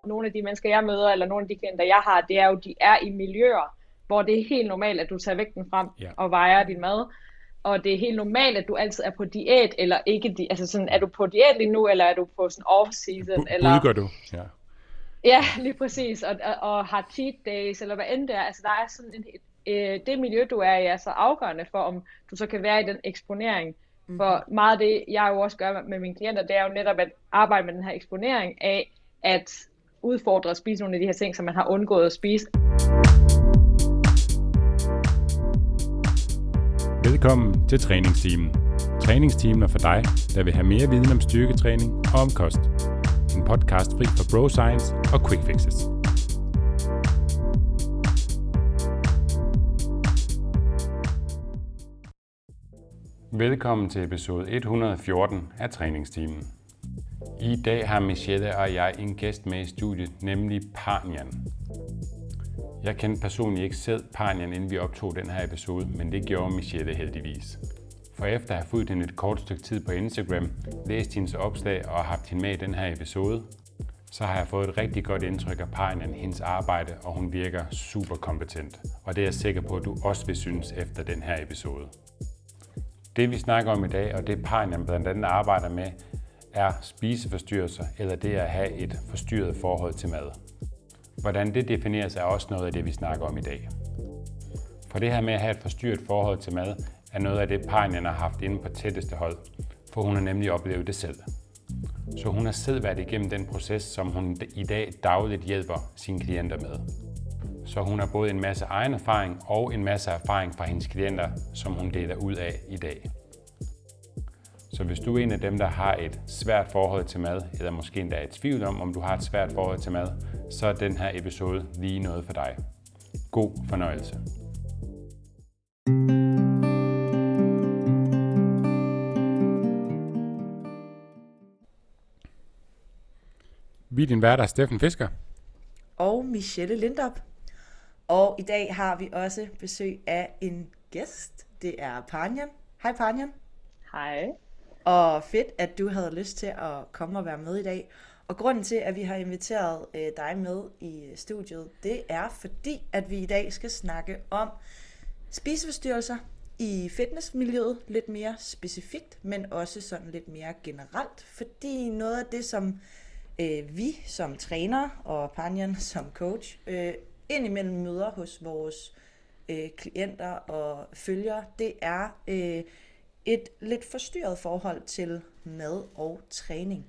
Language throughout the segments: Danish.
nogle af de mennesker, jeg møder, eller nogle af de klienter, jeg har, det er jo, de er i miljøer, hvor det er helt normalt, at du tager vægten frem Ja. og vejer din mad. Og det er helt normalt, at du altid er på diæt, eller ikke, altså sådan, er du på diæt lige nu, eller er du på sådan off-season, eller... Udgør du, ja. Ja, lige præcis, og har cheat days, eller hvad end det er. Altså, der er sådan det miljø, du er i, er så afgørende for, om du så kan være i den eksponering. For meget af det, jeg jo også gør med mine klienter, det er jo netop at arbejde med den her eksponering af, at udfordre at spise nogle af de her ting, som man har undgået at spise. Velkommen til Træningsteamen. Træningsteamen er for dig, der vil have mere viden om styrketræning og om kost. En podcast fri for bro science og quick fixes. Velkommen til episode 114 af Træningsteamen. I dag har Michelle og jeg en gæst med i studiet, nemlig Panjan. Jeg kendte personligt ikke selv Panjan, inden vi optog den her episode, men det gjorde Michelle heldigvis. For efter at have fulgt hende et kort stykke tid på Instagram, læst hendes opslag og haft hende med i den her episode, så har jeg fået et rigtig godt indtryk af Panjan, hendes arbejde, og hun virker super kompetent. Og det er jeg sikker på, at du også vil synes efter den her episode. Det vi snakker om i dag, og det Panjan blandt andet arbejder med, er spiseforstyrrelser, eller det at have et forstyrret forhold til mad. Hvordan det defineres er også noget af det, vi snakker om i dag. For det her med at have et forstyrret forhold til mad, er noget af det, Panjan har haft inde på tætteste hold, for hun har nemlig oplevet det selv. Så hun har selv været igennem den proces, som hun i dag dagligt hjælper sine klienter med. Så hun har både en masse egen erfaring og en masse erfaring fra hendes klienter, som hun deler ud af i dag. Så hvis du er en af dem, der har et svært forhold til mad, eller måske endda er i tvivl om du har et svært forhold til mad, så er den her episode lige noget for dig. God fornøjelse. Vi er din vært, Steffen Fisker. Og Michelle Lindop. Og i dag har vi også besøg af en gæst. Det er Panjan. Hej Panjan. Hej. Og fedt, at du havde lyst til at komme og være med i dag. Og grunden til, at vi har inviteret dig med i studiet, det er fordi, at vi i dag skal snakke om spiseforstyrrelser i fitnessmiljøet, lidt mere specifikt, men også sådan lidt mere generelt. Fordi noget af det, som vi som træner og Panjan som coach indimellem møder hos vores klienter og følgere, det er et lidt forstyrret forhold til mad og træning.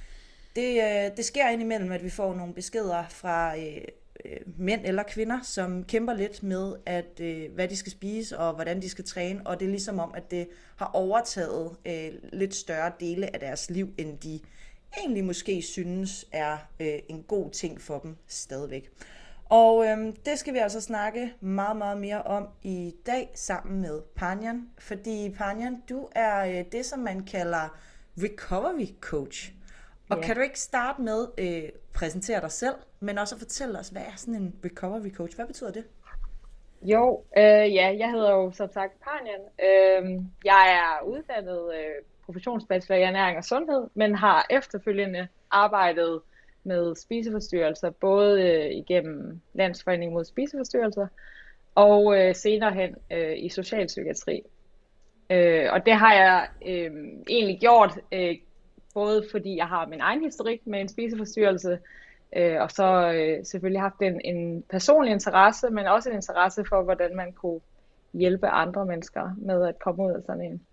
Det sker indimellem, at vi får nogle beskeder fra mænd eller kvinder, som kæmper lidt med, at hvad de skal spise og hvordan de skal træne, og det er ligesom om, at det har overtaget lidt større dele af deres liv, end de egentlig måske synes er en god ting for dem stadigvæk. Og det skal vi altså snakke meget, meget mere om i dag sammen med Panjan. Fordi Panjan, du er det, som man kalder recovery coach. Og Kan du ikke starte med at præsentere dig selv, men også fortælle os, hvad er sådan en recovery coach? Hvad betyder det? Jo, jeg hedder jo som sagt Panjan. Jeg er uddannet professionsbachelor i ernæring og sundhed, men har efterfølgende arbejdet med spiseforstyrrelser, både igennem Landsforeningen mod spiseforstyrrelser og senere hen i socialpsykiatri. Og det har jeg egentlig gjort, både fordi jeg har min egen historik med en spiseforstyrrelse, og så selvfølgelig haft en personlig interesse, men også en interesse for, hvordan man kunne hjælpe andre mennesker med at komme ud af sådan en.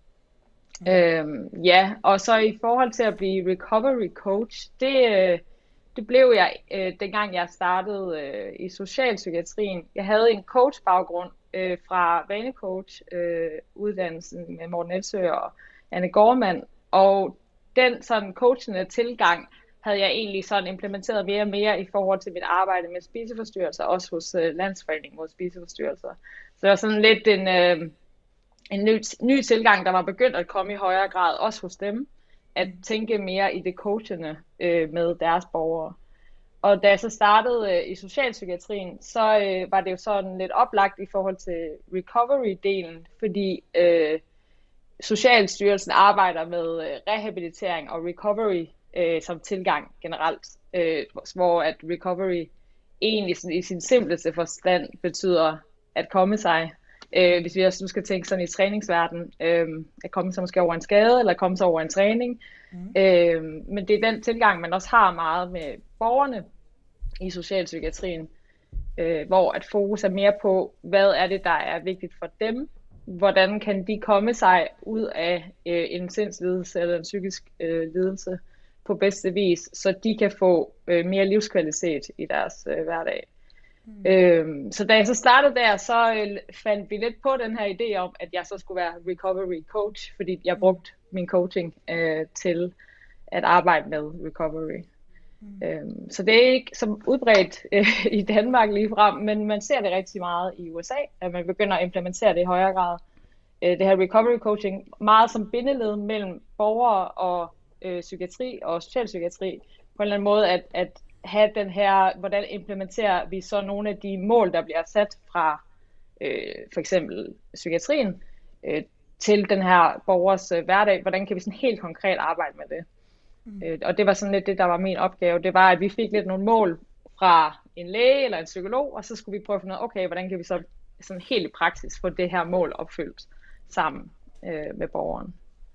Og så i forhold til at blive recovery coach, det blev jeg, dengang jeg startede i socialpsykiatrien. Jeg havde en coach-baggrund fra Vanecoach, uddannelsen med Morten Elsø og Anne Gormand, og den sådan coachende tilgang havde jeg egentlig sådan implementeret mere og mere i forhold til mit arbejde med spiseforstyrrelser, også hos Landsforeningen mod spiseforstyrrelser. Så det var sådan lidt en ny tilgang, der var begyndt at komme i højere grad, også hos dem, at tænke mere i det coachende med deres borgere. Og da jeg så startede i socialpsykiatrien, så var det jo sådan lidt oplagt i forhold til recovery-delen, fordi Socialstyrelsen arbejder med rehabilitering og recovery som tilgang generelt, hvor at recovery egentlig sådan, i sin simpleste forstand betyder at komme sig. Hvis vi også nu skal tænke sådan i træningsverden, at komme sig måske over en skade, eller komme sig over en træning. Men det er den tilgang, man også har meget med borgerne i socialpsykiatrien, hvor at fokus er mere på, hvad er det, der er vigtigt for dem, hvordan kan de komme sig ud af en sindslidelse eller en psykisk lidelse på bedste vis, så de kan få mere livskvalitet i deres hverdag. Så da jeg så startede der, så fandt vi lidt på den her idé om, at jeg så skulle være recovery coach, fordi jeg brugte min coaching til at arbejde med recovery. Så det er ikke så udbredt i Danmark lige frem, men man ser det rigtig meget i USA, at man begynder at implementere det i højere grad. Det her recovery coaching, meget som bindeled mellem borgere og psykiatri og socialpsykiatri, på en eller anden måde at have den her, hvordan implementerer vi så nogle af de mål, der bliver sat fra for eksempel psykiatrien til den her borgers hverdag, hvordan kan vi sådan helt konkret arbejde med det. Og det var sådan lidt det, der var min opgave, det var, at vi fik lidt nogle mål fra en læge eller en psykolog, og så skulle vi prøve at finde ud af, okay, hvordan kan vi så sådan helt i praksis få det her mål opfyldt sammen med borgeren.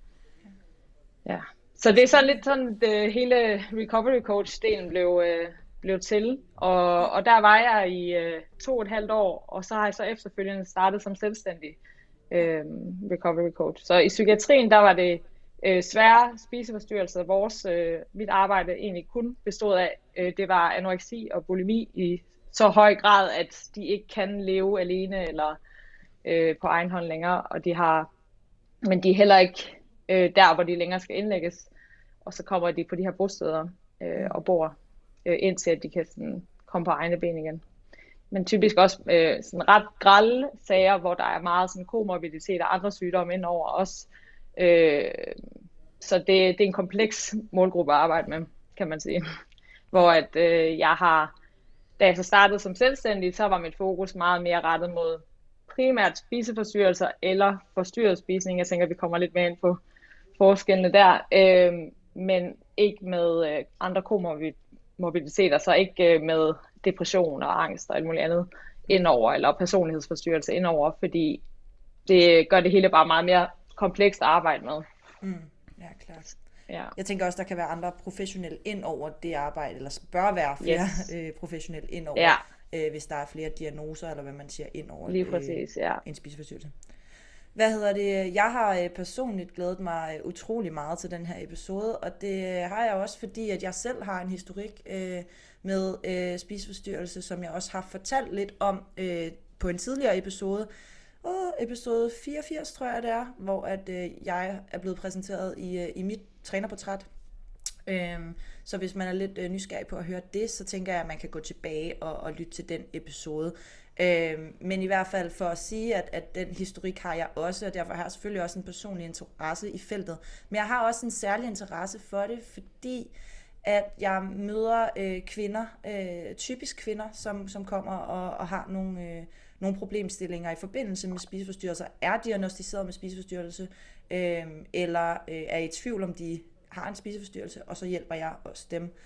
Ja. Så det er sådan lidt sådan, at hele recovery coach-delen blev til, og der var jeg i 2,5 år, og så har jeg så efterfølgende startet som selvstændig recovery coach. Så i psykiatrien, der var det svære spiseforstyrrelser, mit arbejde egentlig kun bestod af, det var anoreksi og bulimi i så høj grad, at de ikke kan leve alene eller på egen hånd længere, og men de er heller ikke der, hvor de længere skal indlægges, og så kommer de på de her bosteder og bor, indtil at de kan sådan komme på egne ben igen. Men typisk også sådan ret grelle sager, hvor der er meget sådan komorbiditet og andre sygdomme indover også. Så det er en kompleks målgruppe at arbejde med, kan man sige. Hvor at da jeg så startede som selvstændig, så var mit fokus meget mere rettet mod primært spiseforstyrrelser eller forstyrret spisning. Jeg tænker, vi kommer lidt mere ind på forskellene der. Men ikke med andre komorbiditeter, så ikke med depression og angst og alt muligt andet indover, eller personlighedsforstyrrelse indover, fordi det gør det hele bare meget mere komplekst at arbejde med. Ja, klart. Ja. Jeg tænker også, der kan være andre professionelle ind over det arbejde, eller bør være flere professionelle ind over, hvis der er flere diagnoser, eller hvad man siger, ind over lige præcis, en spiseforstyrrelse. Hvad hedder det? Jeg har personligt glædet mig utrolig meget til den her episode, og det har jeg også, fordi at jeg selv har en historik med spiseforstyrrelse, som jeg også har fortalt lidt om på en tidligere episode. Episode 84, tror jeg det er, hvor at jeg er blevet præsenteret i mit trænerportræt. Så hvis man er lidt nysgerrig på at høre det, så tænker jeg, at man kan gå tilbage og lytte til den episode. Men i hvert fald for at sige, at den historik har jeg også, og derfor har jeg selvfølgelig også en personlig interesse i feltet. Men jeg har også en særlig interesse for det, fordi at jeg møder kvinder, typisk kvinder, som kommer og har nogle problemstillinger i forbindelse med spiseforstyrrelser, er diagnosticeret med spiseforstyrrelse, eller er i tvivl om de har en spiseforstyrrelse, og så hjælper jeg også dem,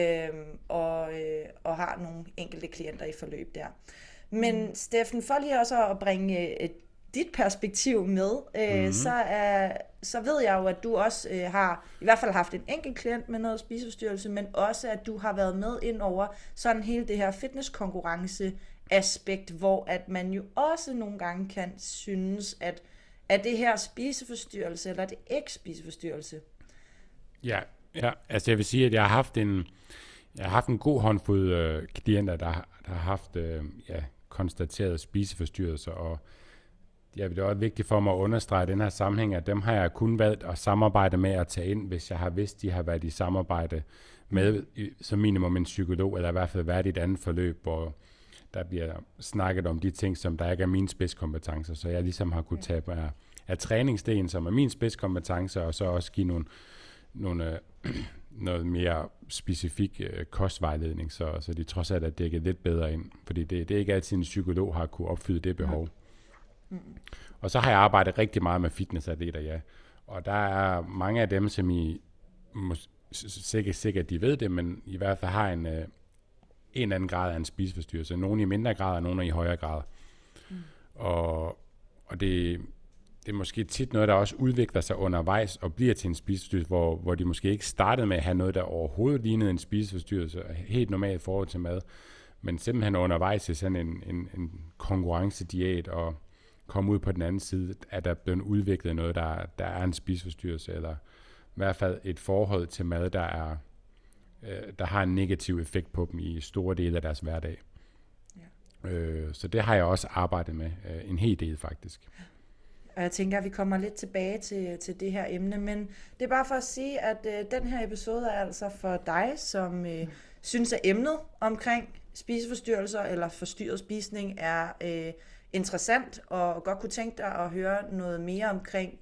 og har nogle enkelte klienter i forløb der. Men Steffen, for lige også at bringe dit perspektiv med, så ved jeg jo, at du også har i hvert fald haft en enkelt klient med noget spiseforstyrrelse, men også at du har været med ind over sådan hele det her fitnesskonkurrence aspekt, hvor at man jo også nogle gange kan synes, at er det her spiseforstyrrelse, eller er det ikke spiseforstyrrelse? Ja, altså jeg vil sige, at jeg har haft en god håndfuld klienter, der har haft konstateret spiseforstyrrelser, og det er også vigtigt for mig at understrege den her sammenhæng, at dem har jeg kun valgt at samarbejde med at tage ind, hvis jeg har vidst, de har været i samarbejde med som minimum en psykolog, eller i hvert fald været i et andet forløb, hvor der bliver snakket om de ting, som der ikke er mine spidskompetencer, så jeg ligesom har kunnet tage af træningsdelen, som er min spidskompetence, og så også give noget mere specifik kostvejledning, så de trods alt er dækket lidt bedre ind, fordi det er ikke altid en psykolog har kunne opfylde det behov. Og så har jeg arbejdet rigtig meget med fitnessatleter, og der er mange af dem, som sikkert de ved det, men i hvert fald har en eller anden grad af en spiseforstyrrelse. Nogle i mindre grad, og nogle i højere grad. Og det er måske tit noget, der også udvikler sig undervejs og bliver til en spiseforstyrrelse, hvor de måske ikke startede med at have noget, der overhovedet lignede en spiseforstyrrelse, helt normalt i forhold til mad, men simpelthen undervejs til sådan en konkurrencediæt og komme ud på den anden side, at der er blevet udviklet noget, der er en spiseforstyrrelse, eller i hvert fald et forhold til mad, der har en negativ effekt på dem i store dele af deres hverdag. Ja. Så det har jeg også arbejdet med en hel del faktisk. Og jeg tænker, at vi kommer lidt tilbage til det her emne, men det er bare for at sige, at den her episode er altså for dig, som synes, at emnet omkring spiseforstyrrelser eller forstyrret spisning er interessant, og godt kunne tænke dig at høre noget mere omkring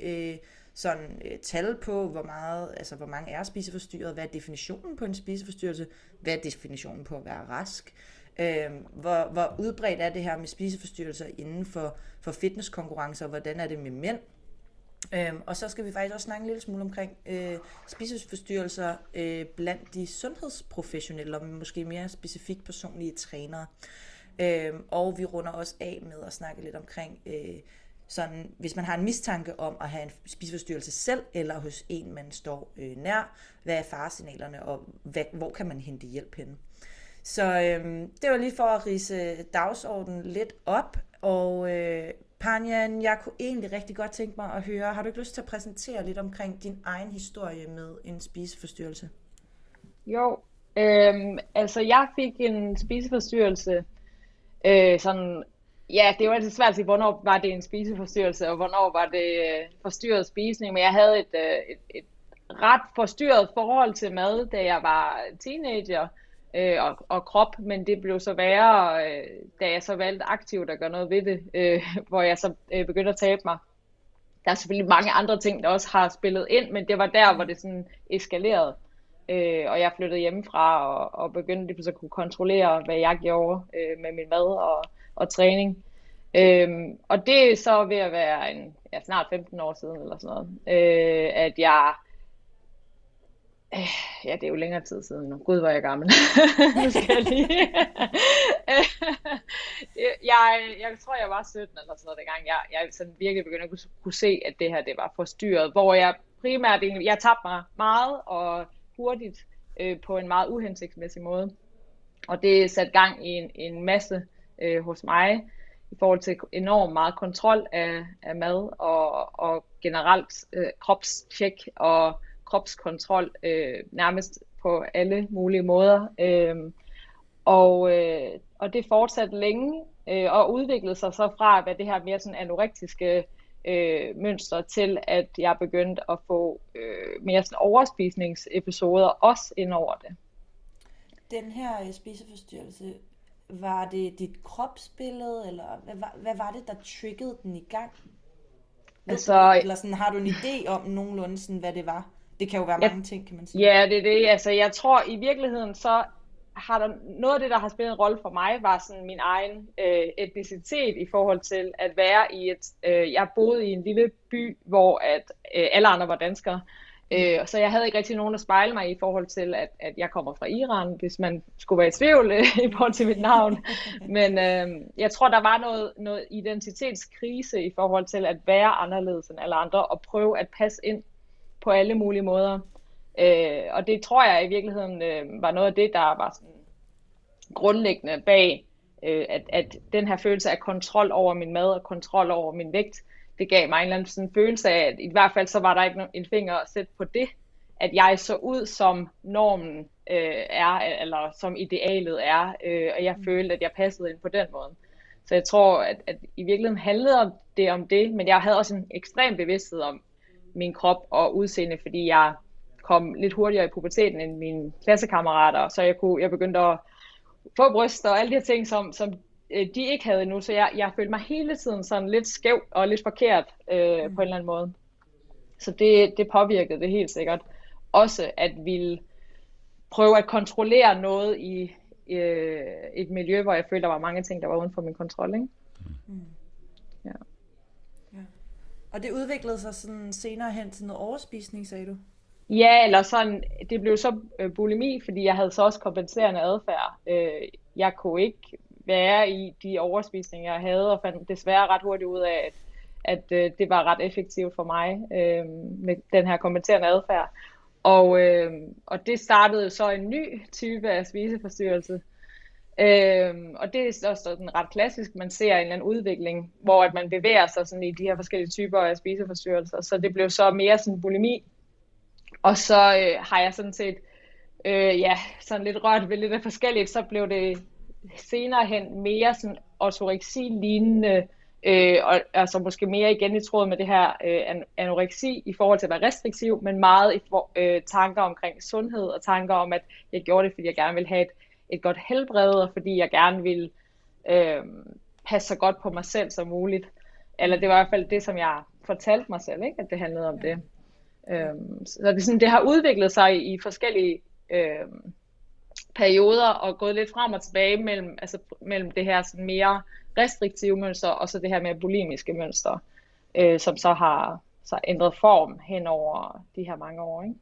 tal på, hvor mange er spiseforstyrret, hvad er definitionen på en spiseforstyrrelse, hvad er definitionen på at være rask, hvor udbredt er det her med spiseforstyrrelser inden for fitnesskonkurrencer, hvordan er det med mænd, og så skal vi faktisk også snakke en lille smule omkring spiseforstyrrelser blandt de sundhedsprofessionelle, og måske mere specifikt personlige trænere. Og vi runder også af med at snakke lidt omkring, sådan, hvis man har en mistanke om at have en spiseforstyrrelse selv, eller hos en, man står nær, hvad er faresignalerne, og hvor kan man hente hjælp henne. Så det var lige for at ridse dagsordenen lidt op, og Panjan, jeg kunne egentlig rigtig godt tænke mig at høre, har du ikke lyst til at præsentere lidt omkring din egen historie med en spiseforstyrrelse? Jo, altså jeg fik en spiseforstyrrelse, sådan, ja, det var altid svært at sige, hvornår var det en spiseforstyrrelse, og hvornår var det forstyrret spisning, men jeg havde et ret forstyrret forhold til mad, da jeg var teenager, og krop, men det blev så værre, da jeg så valgte aktivt at gøre noget ved det, hvor jeg så begyndte at tabe mig. Der er selvfølgelig mange andre ting, der også har spillet ind, men det var der, hvor det sådan eskalerede, og jeg flyttede hjemmefra og begyndte lige så at kunne kontrollere, hvad jeg gjorde med min mad og træning. Og det er så ved at være snart 15 år siden eller sådan noget, at jeg ja, det er jo længere tid siden nu. Gud, hvor er jeg gammel. Nu skal jeg lige. Jeg tror, jeg var 17 eller sådan noget dengang. Jeg sådan virkelig begyndte at kunne se, at det her det var forstyrret. Hvor jeg primært jeg tabte mig meget og hurtigt på en meget uhensigtsmæssig måde. Og det satte gang i en masse hos mig i forhold til enormt meget kontrol af mad og generelt kropstjek og kropskontrol nærmest på alle mulige måder. Og det fortsatte længe og udviklede sig så fra, hvad det her mere sådan anorektiske mønster til, at jeg begyndte at få mere sådan overspisningsepisoder også ind over det. Den her spiseforstyrrelse, var det dit kropsbillede, eller hvad var det, der triggede den i gang? Eller sådan, har du en idé om nogenlunde, sådan, hvad det var? Det kan jo være mange ting, kan man sige. Ja, det er det. Altså, jeg tror i virkeligheden, så har der noget af det, der har spillet en rolle for mig, var sådan min egen etnicitet i forhold til at være i jeg boede i en lille by, hvor alle andre var danskere. Så jeg havde ikke rigtig nogen at spejle mig i forhold til, at jeg kommer fra Iran, hvis man skulle være i tvivl i forhold til mit navn. Men jeg tror, der var noget identitetskrise i forhold til at være anderledes end alle andre, og prøve at passe ind på alle mulige måder. Og det tror jeg i virkeligheden var noget af det, der var sådan grundlæggende bag, at den her følelse af kontrol over min mad og kontrol over min vægt, det gav mig en eller anden sådan følelse af, at i hvert fald så var der ikke en finger at sætte på det, at jeg så ud som normen er, eller som idealet er, og jeg følte, at jeg passede ind på den måde. Så jeg tror, at i virkeligheden handlede det om det, men jeg havde også en ekstrem bevidsthed om min krop og udseende, fordi jeg kom lidt hurtigere i puberteten end mine klassekammerater, så jeg begyndte at få bryster og alle de her ting, som de ikke havde endnu, så jeg følte mig hele tiden sådan lidt skæv og lidt forkert på en eller anden måde. Så det påvirkede det helt sikkert. Også at ville prøve at kontrollere noget i et miljø, hvor jeg følte, der var mange ting, der var uden for min kontrol, ikke? Ja. Ja. Og det udviklede sig sådan senere hen til noget overspisning, sagde du? Ja, eller sådan, det blev så bulimi, fordi jeg havde så også kompenserende adfærd. Jeg kunne ikke være i de overspisninger, jeg havde, og fandt desværre ret hurtigt ud af, at det var ret effektivt for mig med den her kompenserende adfærd. Og det startede jo så en ny type af spiseforstyrrelse. Og det er også sådan ret klassisk, man ser en eller anden udvikling, hvor at man bevæger sig sådan i de her forskellige typer af spiseforstyrrelser. Så det blev så mere sådan bulimi. Og så har jeg sådan set, sådan lidt rørt ved lidt af forskelligt, så blev det senere hen mere sådan ortoreksi-lignende, og altså måske mere igen i tråd med det her anoreksi i forhold til at være restriktiv, men meget tanker omkring sundhed og tanker om, at jeg gjorde det, fordi jeg gerne ville have et godt helbred, og fordi jeg gerne ville passe så godt på mig selv som muligt. Eller det var i hvert fald det, som jeg fortalte mig selv, ikke? At det handlede om det. Så det har udviklet sig i forskellige perioder og gået lidt frem og tilbage mellem det her sådan mere restriktive mønster og så det her mere bulimiske mønster, som så har ændret form hen over de her mange år, ikke?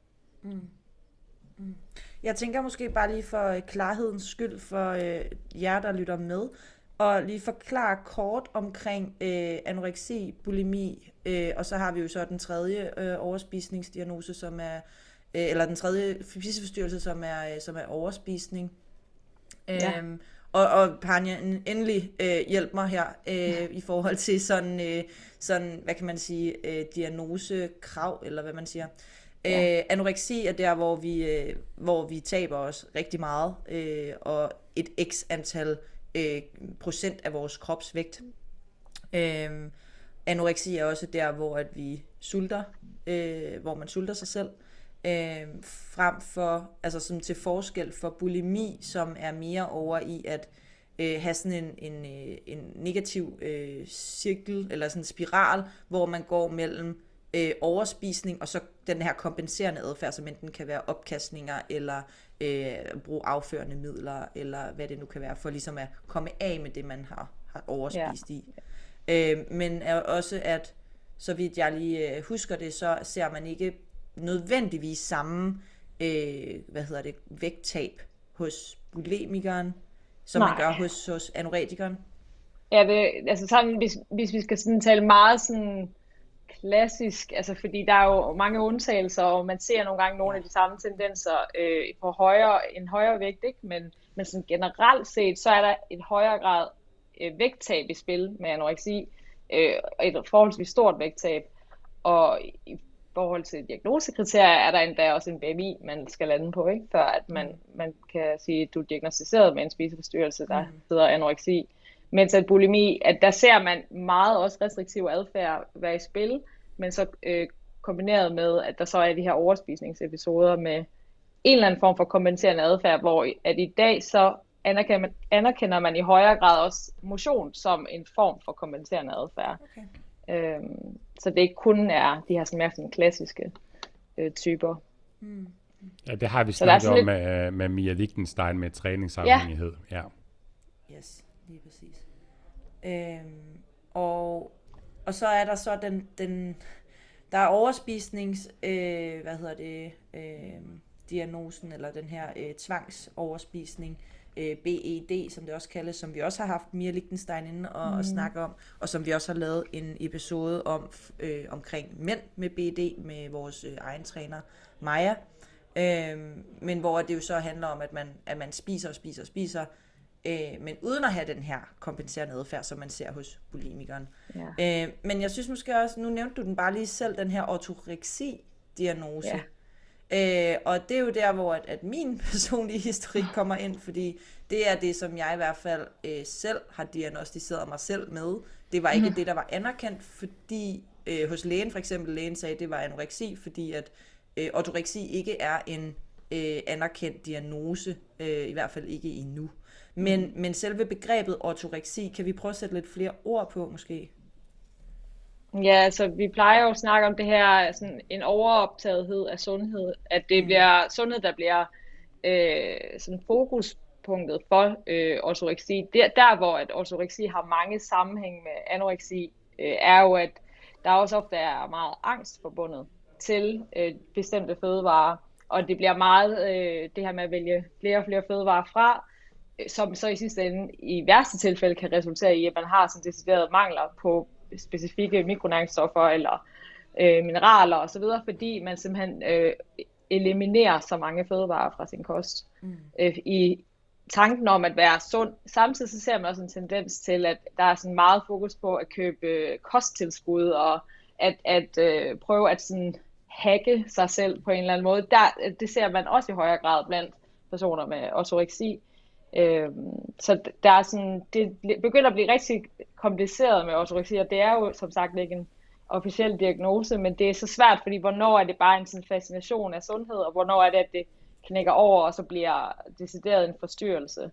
Jeg tænker måske bare lige for klarhedens skyld for jer, der lytter med, og lige forklare kort omkring anoreksi, bulimi, og så har vi jo så den tredje overspisningsdiagnose, som er, eller den tredje spiseforstyrrelse, som er overspisning. Ja. Og Panja, endelig hjælp mig her i forhold til sådan, hvad kan man sige, diagnosekrav, eller hvad man siger. Ja. Anoreksi er der, hvor vi taber os rigtig meget, og et x antal procent af vores kropsvægt. Anoreksi er også der, hvor at vi sulter, hvor man sulter sig selv, frem for, altså som til forskel for bulimi, som er mere over i at have sådan en negativ cirkel, eller sådan en spiral, hvor man går mellem overspisning og så den her kompenserende adfærd, som enten kan være opkastninger eller bruge afførende midler, eller hvad det nu kan være, for ligesom at komme af med det, man har overspist i. Men er også, at så vidt jeg lige husker det, så ser man ikke nødvendigvis samme vægttab hos bulimikeren, som man gør hos anoretikeren. Ja, altså sådan, hvis vi skal sådan tale meget sådan klassisk, altså fordi der er jo mange undtagelser, og man ser nogle gange nogle af de samme tendenser på en højere vægt, ikke? Men sådan generelt set, så er der et højere grad vægttab i spil med anoreksi, et forholdsvis stort vægttab, og i forhold til diagnosekriterier er der endda også en BMI, man skal lande på, ikke? Før at man kan sige, at du er diagnosticeret med en spiseforstyrrelse, der hedder anoreksi. Mens at bulimi, at der ser man meget også restriktiv adfærd være i spil, men så kombineret med, at der så er de her overspisningsepisoder med en eller anden form for kompenserende adfærd, hvor at i dag så anerkender man i højere grad også motion som en form for kompenserende adfærd. Okay. Så det ikke kun er de her sådan klassiske typer. Ja, det har vi snakket om med Mia Wittgenstein med træningsafhængighed. Ja. Yes, lige præcis. Og så er der så der er overspisnings, diagnosen, eller den her tvangsoverspisning, BED, som det også kaldes, som vi også har haft Mia Wittgenstein inde og snakke om, og som vi også har lavet en episode om omkring mænd med BED med vores egen træner, Maja. Men hvor det jo så handler om, at man spiser, men uden at have den her kompenserende adfærd, som man ser hos bulimikeren. Ja. Men jeg synes måske også, nu nævnte du den bare lige selv, den her ortoreksi-diagnose. Ja. Og det er jo der, hvor at min personlige historik kommer ind, fordi det er det, som jeg i hvert fald selv har diagnosticeret mig selv med. Det var ikke det, der var anerkendt, fordi hos lægen for eksempel, lægen sagde, at det var anoreksi, fordi at ortoreksi ikke er en anerkendt diagnose, i hvert fald ikke endnu. Men selve begrebet ortoreksi, kan vi prøve at sætte lidt flere ord på måske? Ja, altså vi plejer jo at snakke om det her, sådan en overoptagethed af sundhed, at det bliver sundhed, der bliver sådan fokuspunktet for ortoreksi. Der hvor at ortoreksi har mange sammenhæng med anoreksi, er jo, at der også ofte er meget angst forbundet til bestemte fødevarer. Og det bliver meget det her med at vælge flere og flere fødevarer fra, som så i sidste ende i værste tilfælde kan resultere i, at man har sådan deciderede mangler på specifikke mikronæringsstoffer eller mineraler osv., fordi man simpelthen eliminerer så mange fødevarer fra sin kost. I tanken om at være sund. Samtidig så ser man også en tendens til, at der er sådan meget fokus på at købe kosttilskud og at prøve at sådan hacke sig selv på en eller anden måde. Det ser man også i højere grad blandt personer med ortoreksi. Så der er sådan, det begynder at blive rigtig kompliceret med ortoreksi, og det er jo som sagt ikke en officiel diagnose, men det er så svært, fordi hvornår er det bare en sådan fascination af sundhed, og hvornår er det, at det knækker over, og så bliver decideret en forstyrrelse.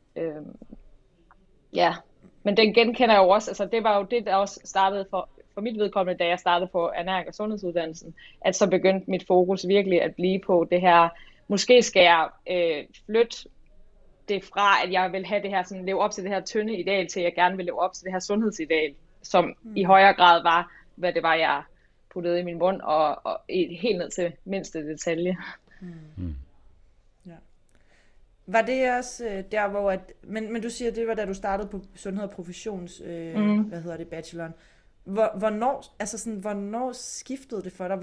Ja, men den genkender jeg jo også, altså det var jo det, der også startede for mit vedkommende, da jeg startede på ernæring- og sundhedsuddannelsen, at så begyndte mit fokus virkelig at blive på det her, måske skal jeg flytte det fra, at jeg vil have det her, sådan, leve op til det her tynde ideal, til at jeg gerne vil leve op til det her sundhedsideal, som i højere grad var, hvad det var, jeg puttede i min mund, og helt ned til mindste detalje. Ja. Var det også der, hvor men du siger, det var da du startede på sundhed og professions, bacheloren. Hvornår skiftede det for dig?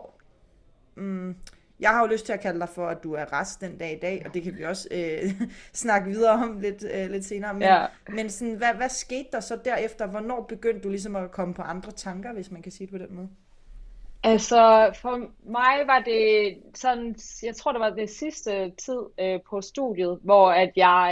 Jeg har jo lyst til at kalde dig for, at du er rask den dag i dag, og det kan vi også snakke videre om lidt senere. Men sådan, hvad skete der så derefter? Hvornår begyndte du ligesom at komme på andre tanker, hvis man kan sige det på den måde? Altså, for mig var det sådan, jeg tror, det var det sidste tid på studiet, hvor at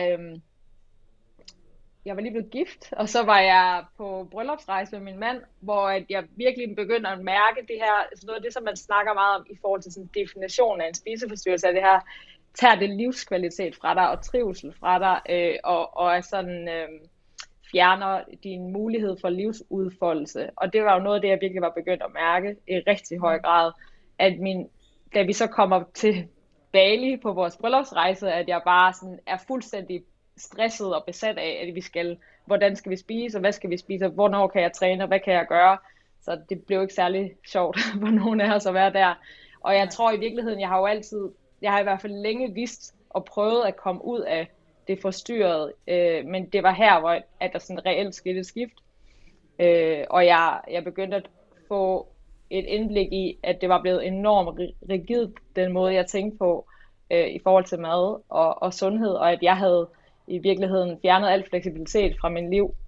jeg var lige blevet gift, og så var jeg på bryllupsrejse med min mand, hvor at jeg virkelig begyndte at mærke det her, altså noget af det, som man snakker meget om i forhold til sådan definition af en spiseforstyrrelse, er det her, tager det livskvalitet fra dig og trivsel fra dig, og er sådan fjerner din mulighed for livsudfoldelse. Og det var jo noget af det, jeg virkelig var begyndt at mærke i rigtig høj grad, at da vi så kommer til Bali på vores bryllupsrejse, at jeg bare sådan er fuldstændig stresset og besat af, at hvordan skal vi spise, og hvad skal vi spise, og hvornår kan jeg træne, og hvad kan jeg gøre. Så det blev ikke særlig sjovt for nogen af os at være der. Og jeg tror i virkeligheden, jeg har i hvert fald længe vidst og prøvet at komme ud af det forstyrrede, men det var her, hvor at der sådan reelt skete et skift. Og jeg begyndte at få et indblik i, at det var blevet enormt rigidt, den måde jeg tænkte på i forhold til mad og sundhed, og at jeg havde i virkeligheden fjernet al fleksibilitet fra min liv.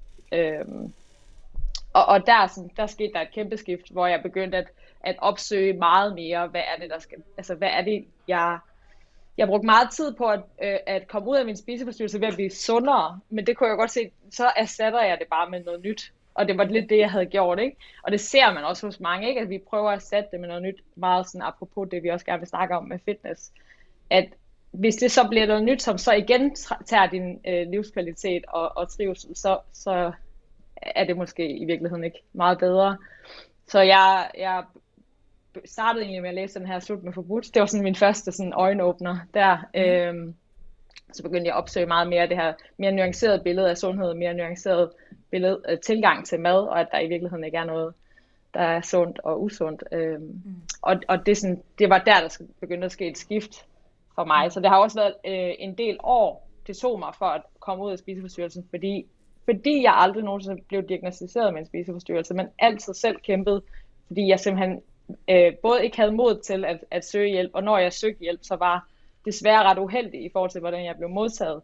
Og der skete der et kæmpe skift, hvor jeg begyndte at opsøge meget mere, hvad er det, der skal, altså hvad er det, jeg brugte meget tid på at komme ud af min spiseforstyrrelse ved at blive sundere, men det kunne jeg godt se, så erstatter jeg det bare med noget nyt. Og det var lidt det, jeg havde gjort, ikke? Og det ser man også hos mange, ikke? At vi prøver at erstatte det med noget nyt, meget sådan apropos det, vi også gerne vil snakke om med fitness. At hvis det så bliver noget nyt, som så igen tager din livskvalitet og trivsel, så er det måske i virkeligheden ikke meget bedre. Så jeg startede egentlig med at læse den her Slut med forbudt. Det var sådan min første sådan øjenåbner der. Så begyndte jeg at opsøge meget mere det her mere nuancerede billede af sundhed, mere nuanceret tilgang til mad, og at der i virkeligheden ikke er noget, der er sundt og usundt. Og det var der begyndte at ske et skift for mig. Så det har også været en del år, det tog mig for at komme ud af spiseforstyrrelsen, fordi jeg aldrig nogensinde blev diagnosticeret med en spiseforstyrrelse, men altid selv kæmpede, fordi jeg simpelthen både ikke havde mod til at søge hjælp, og når jeg søgte hjælp, så var desværre ret uheldig i forhold til, hvordan jeg blev modtaget.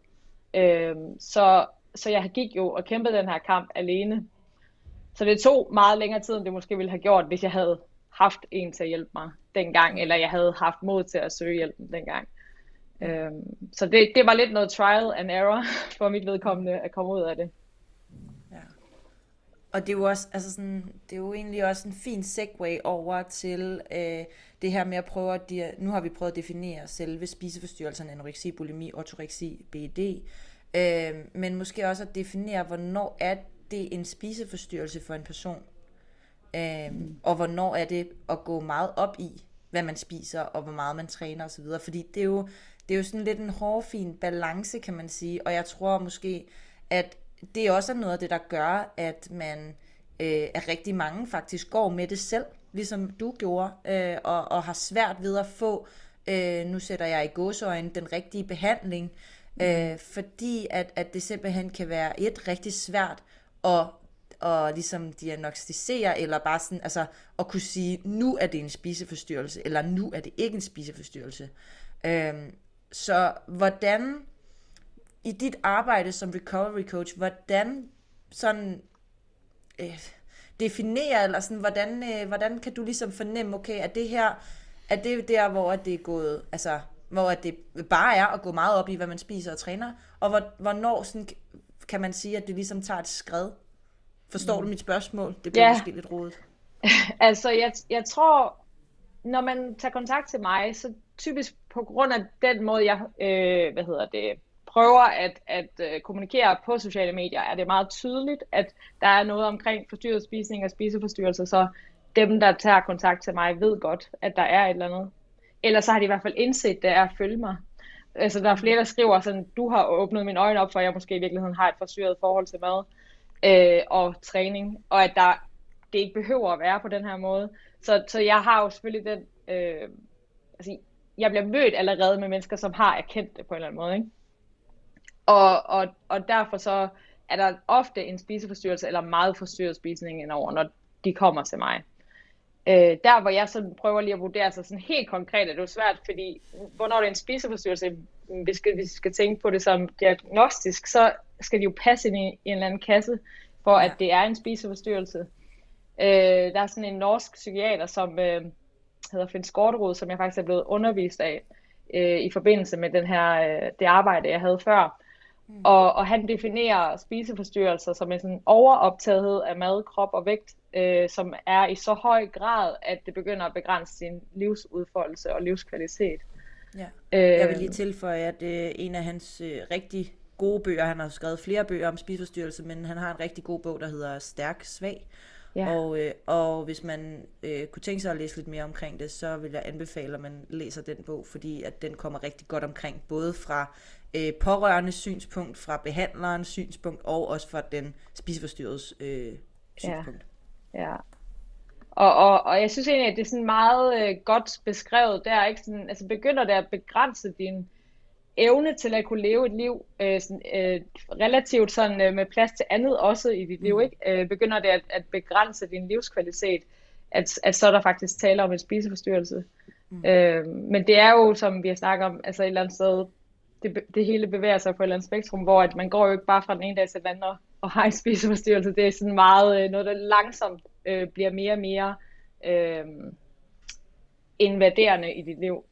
Så jeg gik jo og kæmpede den her kamp alene. Så det tog meget længere tid, end det måske ville have gjort, hvis jeg havde haft en til at hjælpe mig dengang, eller jeg havde haft mod til at søge hjælpen dengang. Så det var lidt noget trial and error for mit vedkommende at komme ud af det. Ja. Og det er jo også, altså sådan, det er jo egentlig også en fin segue over til det her med at prøve nu har vi prøvet at definere selve spiseforstyrrelserne, anoreksi, bulimi, ortoreksi, BED, men måske også at definere, hvornår er det en spiseforstyrrelse for en person, og hvornår er det at gå meget op i, hvad man spiser, og hvor meget man træner osv., fordi det er jo sådan lidt en hårfin balance, kan man sige, og jeg tror måske, at det også er noget af det, der gør, at man, at rigtig mange faktisk går med det selv, ligesom du gjorde, og har svært ved at få, nu sætter jeg i gåseøjne, den rigtige behandling, fordi at det simpelthen kan være rigtig svært at ligesom diagnostisere, eller bare sådan, altså at kunne sige, nu er det en spiseforstyrrelse, eller nu er det ikke en spiseforstyrrelse. Så hvordan, i dit arbejde som recovery coach, hvordan sådan definerer, eller sådan, hvordan kan du ligesom fornemme, okay, at det her, at det er der, hvor det er gået, altså, hvor det bare er at gå meget op i, hvad man spiser og træner, og hvornår sådan, kan man sige, at det ligesom tager et skred? Forstår du mit spørgsmål? Det bliver måske lidt rodet. Altså, jeg tror, når man tager kontakt til mig, så typisk på grund af den måde, jeg prøver at kommunikere på sociale medier, er det meget tydeligt, at der er noget omkring forstyrret spisning og spiseforstyrrelser, så dem, der tager kontakt til mig, ved godt, at der er et eller andet. Ellers så har de i hvert fald indset det, at følge mig. Altså, der er flere, der skriver sådan, du har åbnet mine øjne op for, at jeg måske i virkeligheden har et forstyrret forhold til mad og træning, og at det ikke behøver at være på den her måde. Så jeg har jo selvfølgelig den, jeg bliver mødt allerede med mennesker, som har erkendt det på en eller anden måde, ikke? Og derfor så er der ofte en spiseforstyrrelse eller meget forstyrret spisning indover, når de kommer til mig. Der hvor jeg sådan prøver lige at vurdere sig sådan helt konkret, er det jo svært, fordi hvornår det er en spiseforstyrrelse, hvis vi skal tænke på det som diagnostisk, så skal de jo passe ind i en eller anden kasse, for at det er en spiseforstyrrelse. Der er sådan en norsk psykiater, som hedder Finn Skårderud, som jeg faktisk er blevet undervist af i forbindelse med det arbejde, jeg havde før. Og han definerer spiseforstyrrelser som en sådan overoptagethed af mad, krop og vægt, som er i så høj grad, at det begynder at begrænse sin livsudfoldelse og livskvalitet. Ja. Jeg vil lige tilføje, at en af hans rigtig gode bøger, han har skrevet flere bøger om spiseforstyrrelse, men han har en rigtig god bog, der hedder Stærk Svag. Ja. Og hvis man kunne tænke sig at læse lidt mere omkring det, så vil jeg anbefale, at man læser den bog, fordi at den kommer rigtig godt omkring, både fra pårørendes synspunkt, fra behandlerens synspunkt, og også fra den spiseforstyrredes synspunkt. Ja. Og jeg synes egentlig, at det er sådan meget godt beskrevet der, ikke? Sådan, altså begynder det at begrænse din evne til at kunne leve et liv relativt sådan med plads til andet også i dit liv, ikke? Begynder det at begrænse din livskvalitet, at så er der faktisk tale om en spiseforstyrrelse. Men det er jo, som vi har snakket om, altså et eller andet sted, det hele bevæger sig på et eller andet spektrum, hvor at man går jo ikke bare fra den ene dag til den anden og har en spiseforstyrrelse. Det er sådan meget noget, der langsomt bliver mere og mere invaderende i dit liv.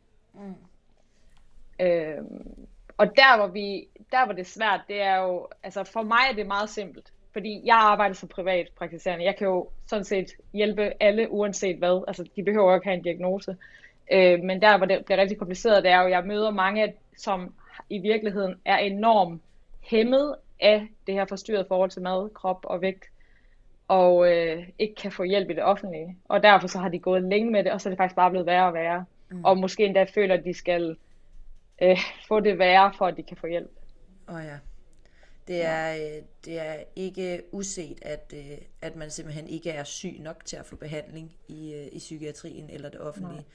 Og der hvor det er svært, det er jo, altså for mig er det meget simpelt, fordi jeg arbejder som privatpraktiserende. Jeg kan jo sådan set hjælpe alle uanset hvad, altså de behøver jo ikke have en diagnose. Men der hvor det bliver rigtig kompliceret, det er jo, at jeg møder mange, som i virkeligheden er enormt hæmmet af det her forstyrrede forhold til mad, krop og vægt, og ikke kan få hjælp i det offentlige. Og derfor så har de gået længe med det, og så er det faktisk bare blevet værre og værre. Og måske endda føler, at de skal få det værre, for at de kan få hjælp. Ja. Det er ikke uset, at man simpelthen ikke er syg nok til at få behandling i psykiatrien eller det offentlige.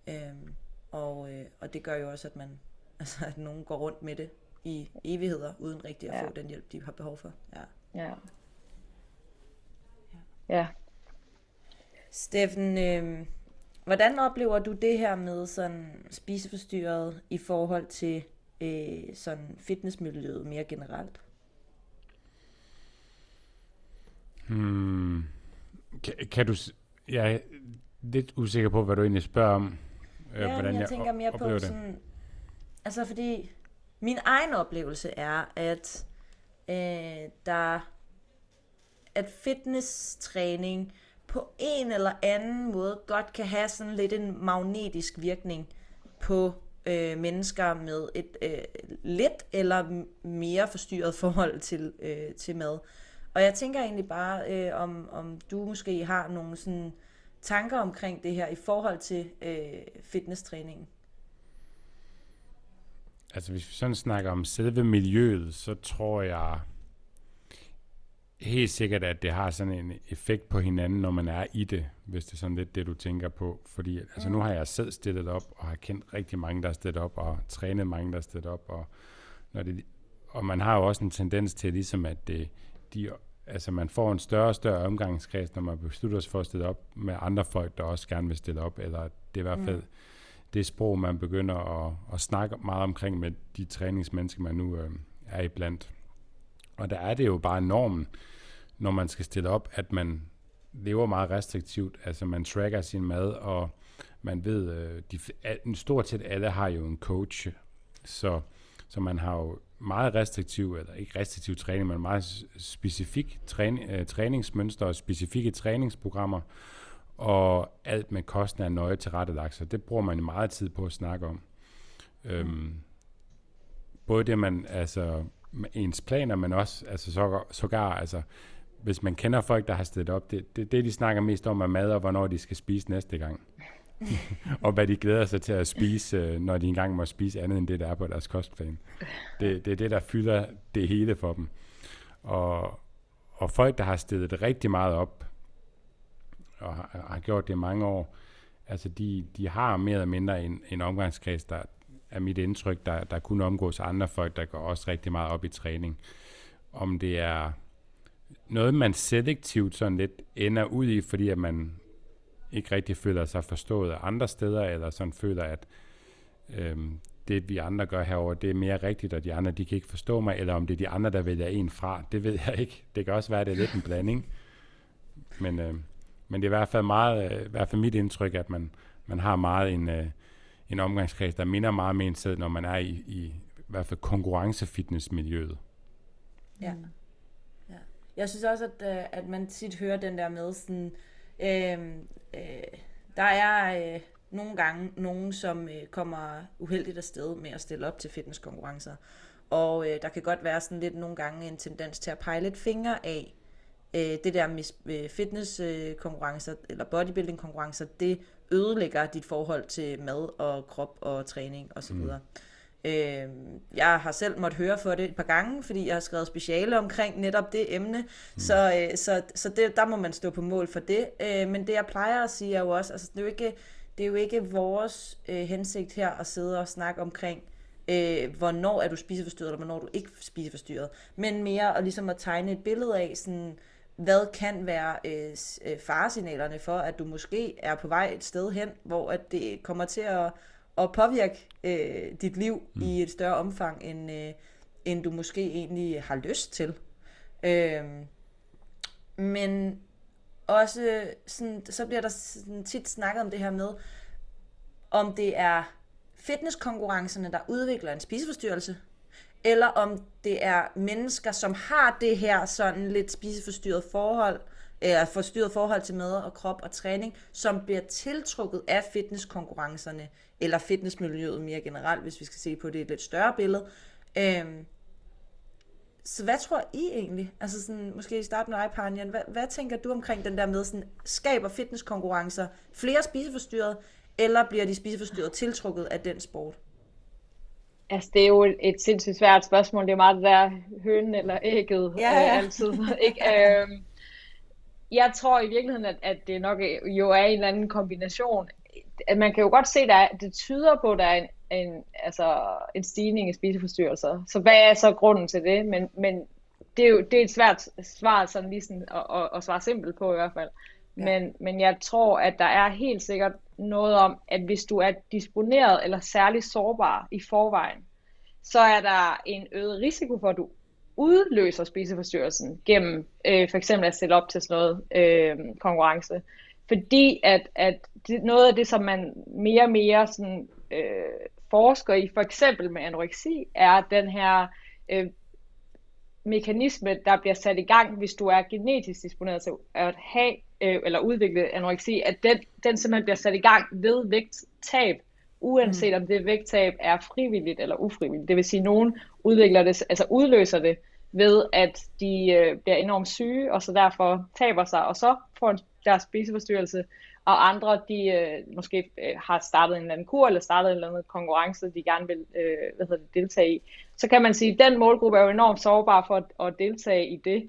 Og det gør jo også, at nogen går rundt med det i evigheder, uden rigtig at få den hjælp, de har behov for. Ja. Steffen, hvordan oplever du det her med sådan spiseforstyrret i forhold til sådan fitnessmiljøet mere generelt? Kan du... Jeg er lidt usikker på, hvad du egentlig spørger om. Hvordan jeg tænker mere på sådan... Altså fordi min egen oplevelse er, at fitnesstræning på en eller anden måde godt kan have sådan lidt en magnetisk virkning på mennesker med et lidt eller mere forstyrret forhold til mad. Og jeg tænker egentlig bare, om du måske har nogle sådan tanker omkring det her i forhold til fitnesstræningen. Altså hvis vi sådan snakker om selve miljøet, så tror jeg helt sikkert, at det har sådan en effekt på hinanden, når man er i det, hvis det er sådan lidt det, du tænker på. Fordi altså, nu har jeg selv stillet op, og har kendt rigtig mange, der er stillet op, og trænet mange, der er stillet op. Og man har jo også en tendens til, ligesom at altså man får en større og større omgangskreds, når man beslutter sig for at stille op med andre folk, der også gerne vil stille op. Eller det er i hvert fald det sprog, man begynder at snakke meget omkring med de træningsmennesker, man nu er iblandt. Og der er det jo bare normen, når man skal stille op, at man lever meget restriktivt. Altså man tracker sin mad, og man ved, stort set alle har jo en coach. Så man har jo meget restriktiv, eller ikke restriktiv træning, men meget specifik træningsmønster og specifikke træningsprogrammer. Og alt med kosten er nøje tilrettelagt, så det bruger man meget tid på at snakke om. Både det, man, altså ens planer, men også altså sågar, altså hvis man kender folk, der har stillet op, det de snakker mest om er mad, og hvornår de skal spise næste gang. Og hvad de glæder sig til at spise, når de engang må spise andet end det, der er på deres kostplan. Det er det, der fylder det hele for dem. Og folk, der har stillet det rigtig meget op, og har gjort det i mange år, altså de har mere eller mindre en omgangskreds, der er mit indtryk, der kun omgås andre folk, der går også rigtig meget op i træning. Om det er noget, man selektivt sådan lidt ender ud i, fordi at man ikke rigtig føler sig forstået af andre steder, eller sådan føler, at det vi andre gør herover, det er mere rigtigt, og de andre, de kan ikke forstå mig, eller om det er de andre, der vælger en fra, det ved jeg ikke. Det kan også være, at det er lidt en blanding. Men det er i hvert fald meget, i hvert fald mit indtryk, at man har meget en omgangskreds, der minder meget om en selv, når man er i hvert fald konkurrencefitnessmiljøet. Ja. Jeg synes også, at man tit hører den der med sådan, der er nogle gange nogen, som kommer uheldigt afsted med at stille op til fitnesskonkurrencer. Og der kan godt være sådan lidt nogle gange en tendens til at pege lidt fingre af det der med fitnesskonkurrencer eller bodybuilding-konkurrencer, det ødelægger dit forhold til mad og krop og træning osv. Jeg har selv måttet høre for det et par gange, fordi jeg har skrevet speciale omkring netop det emne, så det, der må man stå på mål for det. Men det jeg plejer at sige er jo også, altså det er jo ikke vores hensigt her at sidde og snakke omkring, hvornår er du spiseforstyrret, eller hvornår du ikke spiseforstyrret, men mere at ligesom at tegne et billede af sådan, hvad kan være faresignalerne for, at du måske er på vej et sted hen, hvor at det kommer til at påvirke dit liv i et større omfang, end du måske egentlig har lyst til. Men også sådan, så bliver der sådan tit snakket om det her med, om det er fitnesskonkurrencerne, der udvikler en spiseforstyrrelse, eller om det er mennesker, som har det her sådan lidt spiseforstyrret forhold, eller forstyrret forhold til mad og krop og træning, som bliver tiltrukket af fitnesskonkurrencerne, eller fitnessmiljøet mere generelt, hvis vi skal se på det i et lidt større billede. Så hvad tror I egentlig? Altså sådan, måske i starten med dig, Panjan, hvad tænker du omkring den der med, sådan, skaber fitnesskonkurrencer flere spiseforstyrrede, eller bliver de spiseforstyrret tiltrukket af den sport? Altså, det er jo et sindssygt svært spørgsmål. Det er meget det der hønen eller ægget altid. Ikke? Jeg tror i virkeligheden, at det nok jo er en eller anden kombination. At man kan jo godt se, at det tyder på, at der er en stigning i spiseforstyrrelser. Så hvad er så grunden til det? Men det er et svært svar sådan lige sådan at svare simpelt på i hvert fald. Ja. Men jeg tror, at der er helt sikkert noget om, at hvis du er disponeret eller særlig sårbar i forvejen, så er der en øget risiko for, at du udløser spiseforstyrrelsen gennem for eksempel at stille op til sådan noget konkurrence. Fordi at noget af det, som man mere og mere sådan, forsker i, for eksempel med anoreksi, er den her mekanisme, der bliver sat i gang, hvis du er genetisk disponeret til at have eller udvikle anoreksi, at den simpelthen bliver sat i gang ved vægttab, uanset om det vægttab er frivilligt eller ufrivilligt. Det vil sige, at nogen udløser det ved, at de bliver enormt syge, og så derfor taber sig, og så får deres spiseforstyrrelse, og andre, de måske har startet en eller anden kur, eller startet en eller anden konkurrence, de gerne vil deltage i. Så kan man sige, at den målgruppe er jo enormt sårbar for at deltage i det.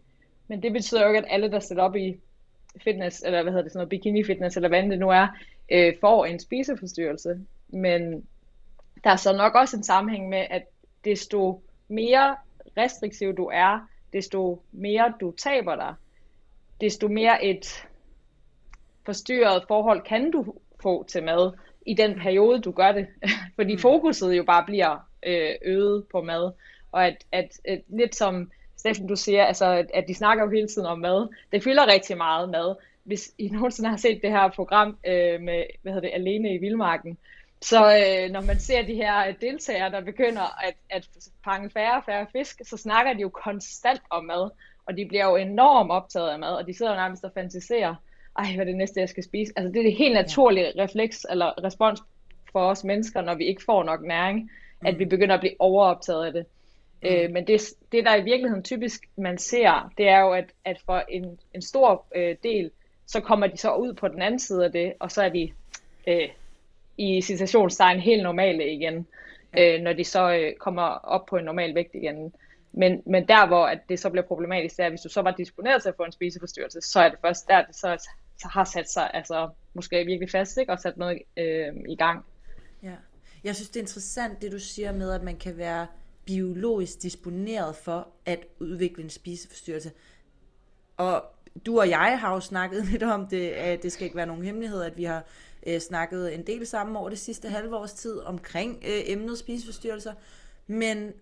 Men det betyder jo ikke, at alle, der stiller op i fitness, eller hvad hedder det, sådan noget bikini fitness, eller hvad det nu er, får en spiseforstyrrelse. Men der er så nok også en sammenhæng med, at desto mere restriktiv du er, desto mere du taber dig, desto mere et forstyrret forhold kan du få til mad i den periode, du gør det. Fordi fokuset jo bare bliver øget på mad. Og at lidt som Steffen, du siger, altså, at de snakker jo hele tiden om mad. Det fylder rigtig meget mad. Hvis I nogensinde har set det her program med, Alene i Vildmarken, så når man ser de her deltagere, der begynder at fange færre og færre fisk, så snakker de jo konstant om mad. Og de bliver jo enormt optaget af mad, og de sidder jo nærmest og fantaserer, hvad er det næste, jeg skal spise? Altså det er det helt naturlige refleks eller respons for os mennesker, når vi ikke får nok næring, at vi begynder at blive overoptaget af det. Men det, der i virkeligheden typisk man ser, det er jo, at for en stor del, så kommer de så ud på den anden side af det, og så er de i citationstegn helt normale igen, når de så kommer op på en normal vægt igen. Men der, hvor at det så bliver problematisk, det er, at hvis du så var disponeret til at få en spiseforstyrrelse, så er det først der, det så har sat sig, altså måske virkelig fast, ikke? Og sat noget i gang. Ja. Jeg synes, det er interessant, det du siger med, at man kan være biologisk disponeret for at udvikle en spiseforstyrrelse. Og du og jeg har jo snakket lidt om det, at det skal ikke være nogen hemmelighed, at vi har snakket en del sammen over det sidste halve års tid omkring emnet spiseforstyrrelser. Men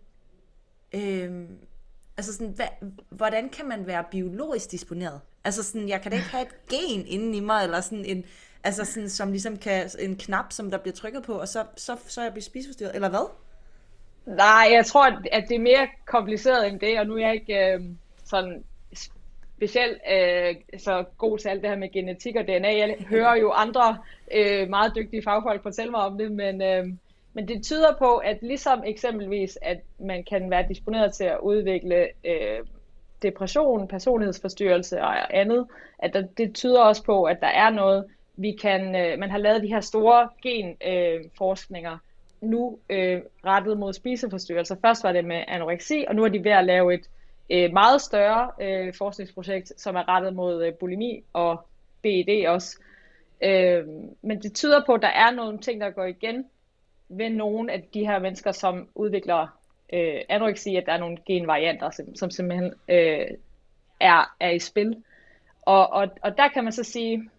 altså sådan, hvordan kan man være biologisk disponeret? Altså sådan, jeg kan da ikke have et gen inden i mig, eller sådan en, altså sådan, som ligesom kan, en knap, som der bliver trykket på, og så er jeg blevet spiseforstyrret, eller hvad? Nej, jeg tror, at det er mere kompliceret end det, og nu er jeg ikke sådan specielt så god til alt det her med genetik og DNA. Jeg hører jo andre meget dygtige fagfolk fortælle mig om det, men det tyder på, at ligesom eksempelvis, at man kan være disponeret til at udvikle depression, personlighedsforstyrrelse og andet, at det tyder også på, at der er noget, man har lavet de her store genforskninger, nu rettet mod spiseforstyrrelser. Først var det med anoreksi, og nu er de ved at lave et meget større forskningsprojekt, som er rettet mod bulimi og BED også. Men det tyder på, at der er nogle ting, der går igen ved nogle af de her mennesker, som udvikler anoreksi, at der er nogle genvarianter, som simpelthen er i spil. Og der kan man så sige,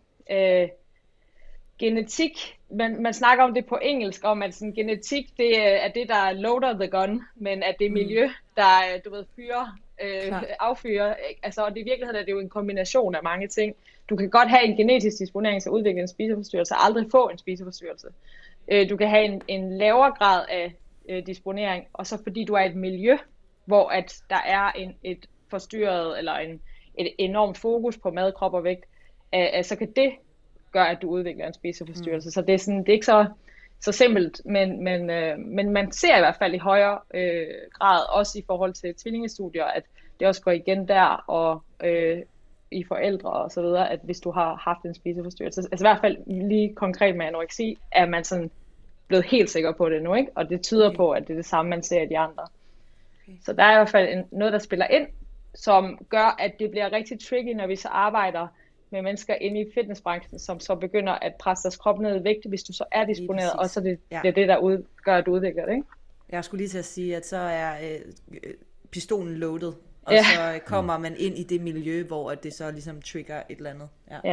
genetik, man snakker om det på engelsk, om at sådan, genetik, det er det, der loader the gun, men at det er miljø, der affyrer. Altså, og i virkeligheden er det jo en kombination af mange ting. Du kan godt have en genetisk disponering til at udvikle en spiseforstyrrelse, og aldrig få en spiseforstyrrelse. Du kan have en lavere grad af disponering, og så fordi du er et miljø, hvor at der er et forstyrret, eller et enormt fokus på mad, krop og vægt, så kan det gøre, at du udvikler en spiseforstyrrelse. Så det er ikke så simpelt, men man ser i hvert fald i højere grad, også i forhold til tvillingestudier, at det også går igen der, og i forældre og så videre, at hvis du har haft en spiseforstyrrelse, altså i hvert fald lige konkret med anoreksi, er man sådan blevet helt sikker på det nu, ikke? Og det tyder på, at det er det samme, man ser i de andre. Så der er i hvert fald noget, der spiller ind, som gør, at det bliver rigtig tricky, når vi så arbejder med mennesker inde i fitnessbranchen, som så begynder at presse deres krop ned i vægt, hvis du så er disponeret, og så det bliver det, der gør, at du udvikler det, ikke? Jeg skulle lige til at sige, at så er pistolen loaded, og så kommer man ind i det miljø, hvor det så ligesom trigger et eller andet.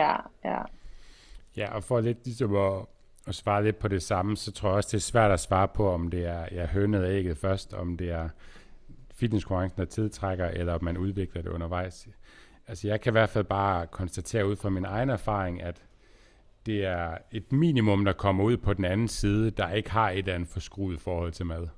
Ja, og for lidt ligesom at svare lidt på det samme, så tror jeg også, det er svært at svare på, om det er hønet og ægget først, om det er fitnesskonkurrencen, der tiltrækker, eller om man udvikler det undervejs. Altså jeg kan i hvert fald bare konstatere ud fra min egen erfaring, at det er et minimum, der kommer ud på den anden side, der ikke har et eller andet forskruet forhold til mad.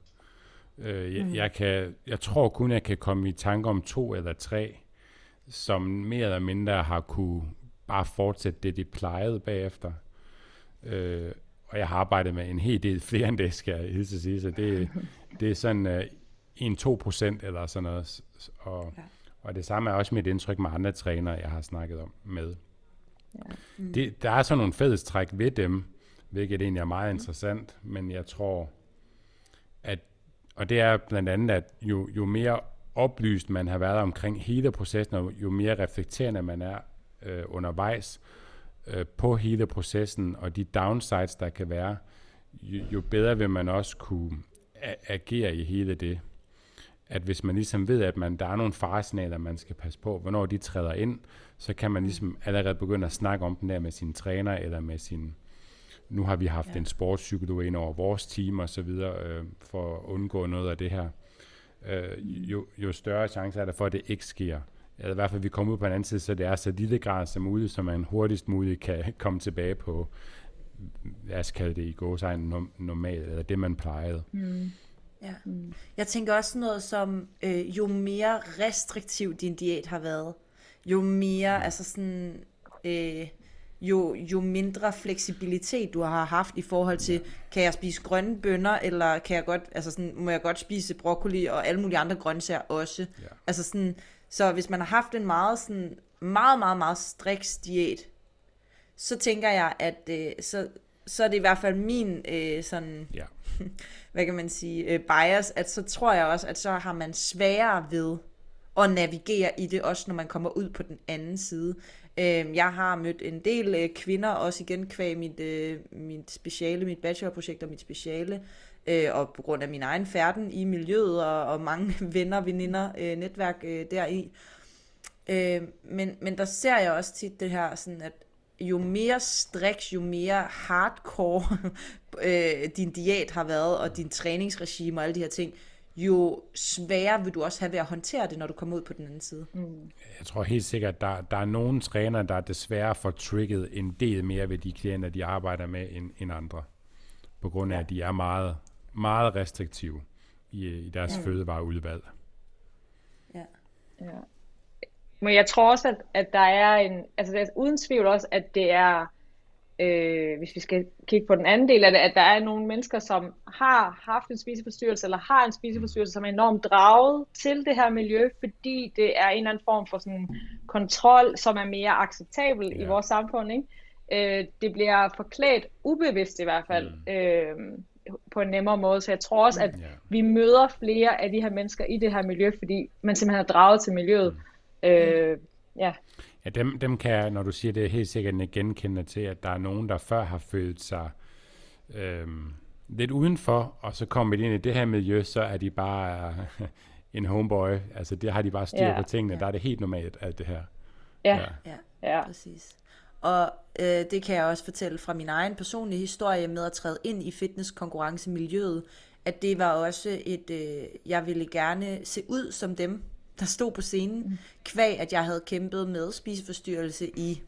Jeg tror kun, jeg kan komme i tanke om 2 eller 3, som mere eller mindre har kunne bare fortsætte det, de plejede bagefter. Og jeg har arbejdet med en hel del flere end det, skal jeg helt sige. Så det er sådan 1-2% eller sådan noget. Og det samme er også mit indtryk med andre trænere, jeg har snakket om med. Der er sådan nogle fællestræk ved dem, hvilket egentlig er meget interessant, men jeg tror, at, og det er blandt andet, at jo mere oplyst man har været omkring hele processen, og jo mere reflekterende man er undervejs på hele processen, og de downsides, der kan være, jo bedre vil man også kunne agere i hele det. At hvis man ligesom ved, at der er nogle faresignaler, man skal passe på, hvornår de træder ind, så kan man ligesom allerede begynde at snakke om den der med sin træner, eller med sin... Nu har vi haft en sportspsykolog ind over vores team og så videre, for at undgå noget af det her. Jo større chance er der for, at det ikke sker. Eller i hvert fald, vi kommer ud på en anden side, så det er så lille grad som muligt, så man hurtigst muligt kan komme tilbage på, lad os kalde det i gåseøjne normalt, eller det, man plejede. Ja. Jeg tænker også noget som, jo mere restriktiv din diæt har været, jo mere, altså sådan, jo mindre fleksibilitet du har haft i forhold til, kan jeg spise grønne bønner, eller kan jeg godt, altså sådan, må jeg godt spise broccoli og alle mulige andre grøntsager også. Ja. Altså sådan, så hvis man har haft en meget striks diæt, så tænker jeg, at så er det i hvert fald min sådan, hvad kan man sige, bias, at så tror jeg også, at så har man sværere ved at navigere i det, også når man kommer ud på den anden side. Jeg har mødt en del kvinder, også igen kvæg mit speciale, mit bachelorprojekt og mit speciale, og på grund af min egen færden i miljøet, og mange venner, veninder, netværk deri. Men der ser jeg også tit det her, sådan at jo mere striks, jo mere hardcore din diæt har været, og din træningsregime og alle de her ting, jo sværere vil du også have ved at håndtere det, når du kommer ud på den anden side. Jeg tror helt sikkert, at der er nogle trænere, der desværre får trigget en del mere ved de klienter, de arbejder med, end andre. På grund af, at de er meget, meget restriktive i deres fødevareudvalg. Ja. Men jeg tror også, at der er altså det er uden tvivl også, at det er, hvis vi skal kigge på den anden del af det, at der er nogle mennesker, som har haft en spiseforstyrrelse, eller har en spiseforstyrrelse, som er enormt draget til det her miljø, fordi det er en eller anden form for sådan kontrol, som er mere acceptabel i vores samfund, ikke? Det bliver forklædt ubevidst i hvert fald, på en nemmere måde, så jeg tror også, at vi møder flere af de her mennesker i det her miljø, fordi man simpelthen er draget til miljøet. Ja, dem kan jeg, når du siger det, helt sikkert genkende til, at der er nogen, der før har følt sig lidt udenfor, og så kommer de ind i det her miljø, så er de bare en homeboy. Altså, det har de bare styr på tingene. Der er det helt normalt, alt det her. Ja. Præcis. Og det kan jeg også fortælle fra min egen personlige historie med at træde ind i fitnesskonkurrencemiljøet, at det var også jeg ville gerne se ud som dem, der stod på scenen, kvæg at jeg havde kæmpet med spiseforstyrrelse i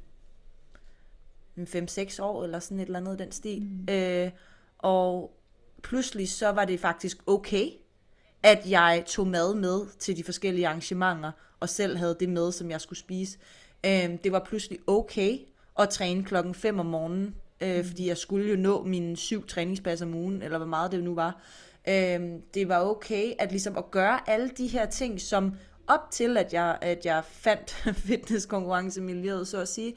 5-6 år, eller sådan et eller andet den stil. Og pludselig så var det faktisk okay, at jeg tog mad med til de forskellige arrangementer, og selv havde det med, som jeg skulle spise. Det var pludselig okay at træne 5:00 om morgenen, fordi jeg skulle jo nå mine 7 træningspas om ugen, eller hvor meget det nu var. Det var okay at ligesom at gøre alle de her ting, som op til, at jeg fandt fitnesskonkurrencemiljøet, så at sige,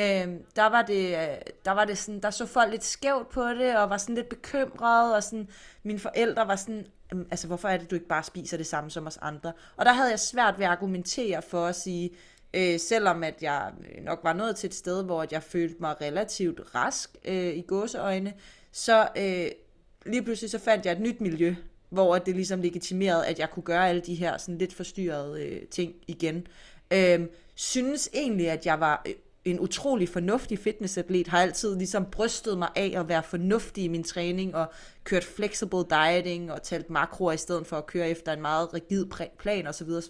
der var det sådan, der så folk lidt skævt på det, og var sådan lidt bekymrede, og sådan, mine forældre var sådan, altså hvorfor er det, du ikke bare spiser det samme som os andre? Og der havde jeg svært ved at argumentere for at sige, selvom at jeg nok var nået til et sted, hvor jeg følte mig relativt rask i gåseøjne, så lige pludselig så fandt jeg et nyt miljø, hvor det ligesom legitimerede, at jeg kunne gøre alle de her sådan lidt forstyrrede ting igen. Synes egentlig, at jeg var en utrolig fornuftig fitnessatlet, har altid ligesom brystet mig af at være fornuftig i min træning, og kørt flexible dieting, og talt makroer i stedet for at køre efter en meget rigid plan, osv. osv.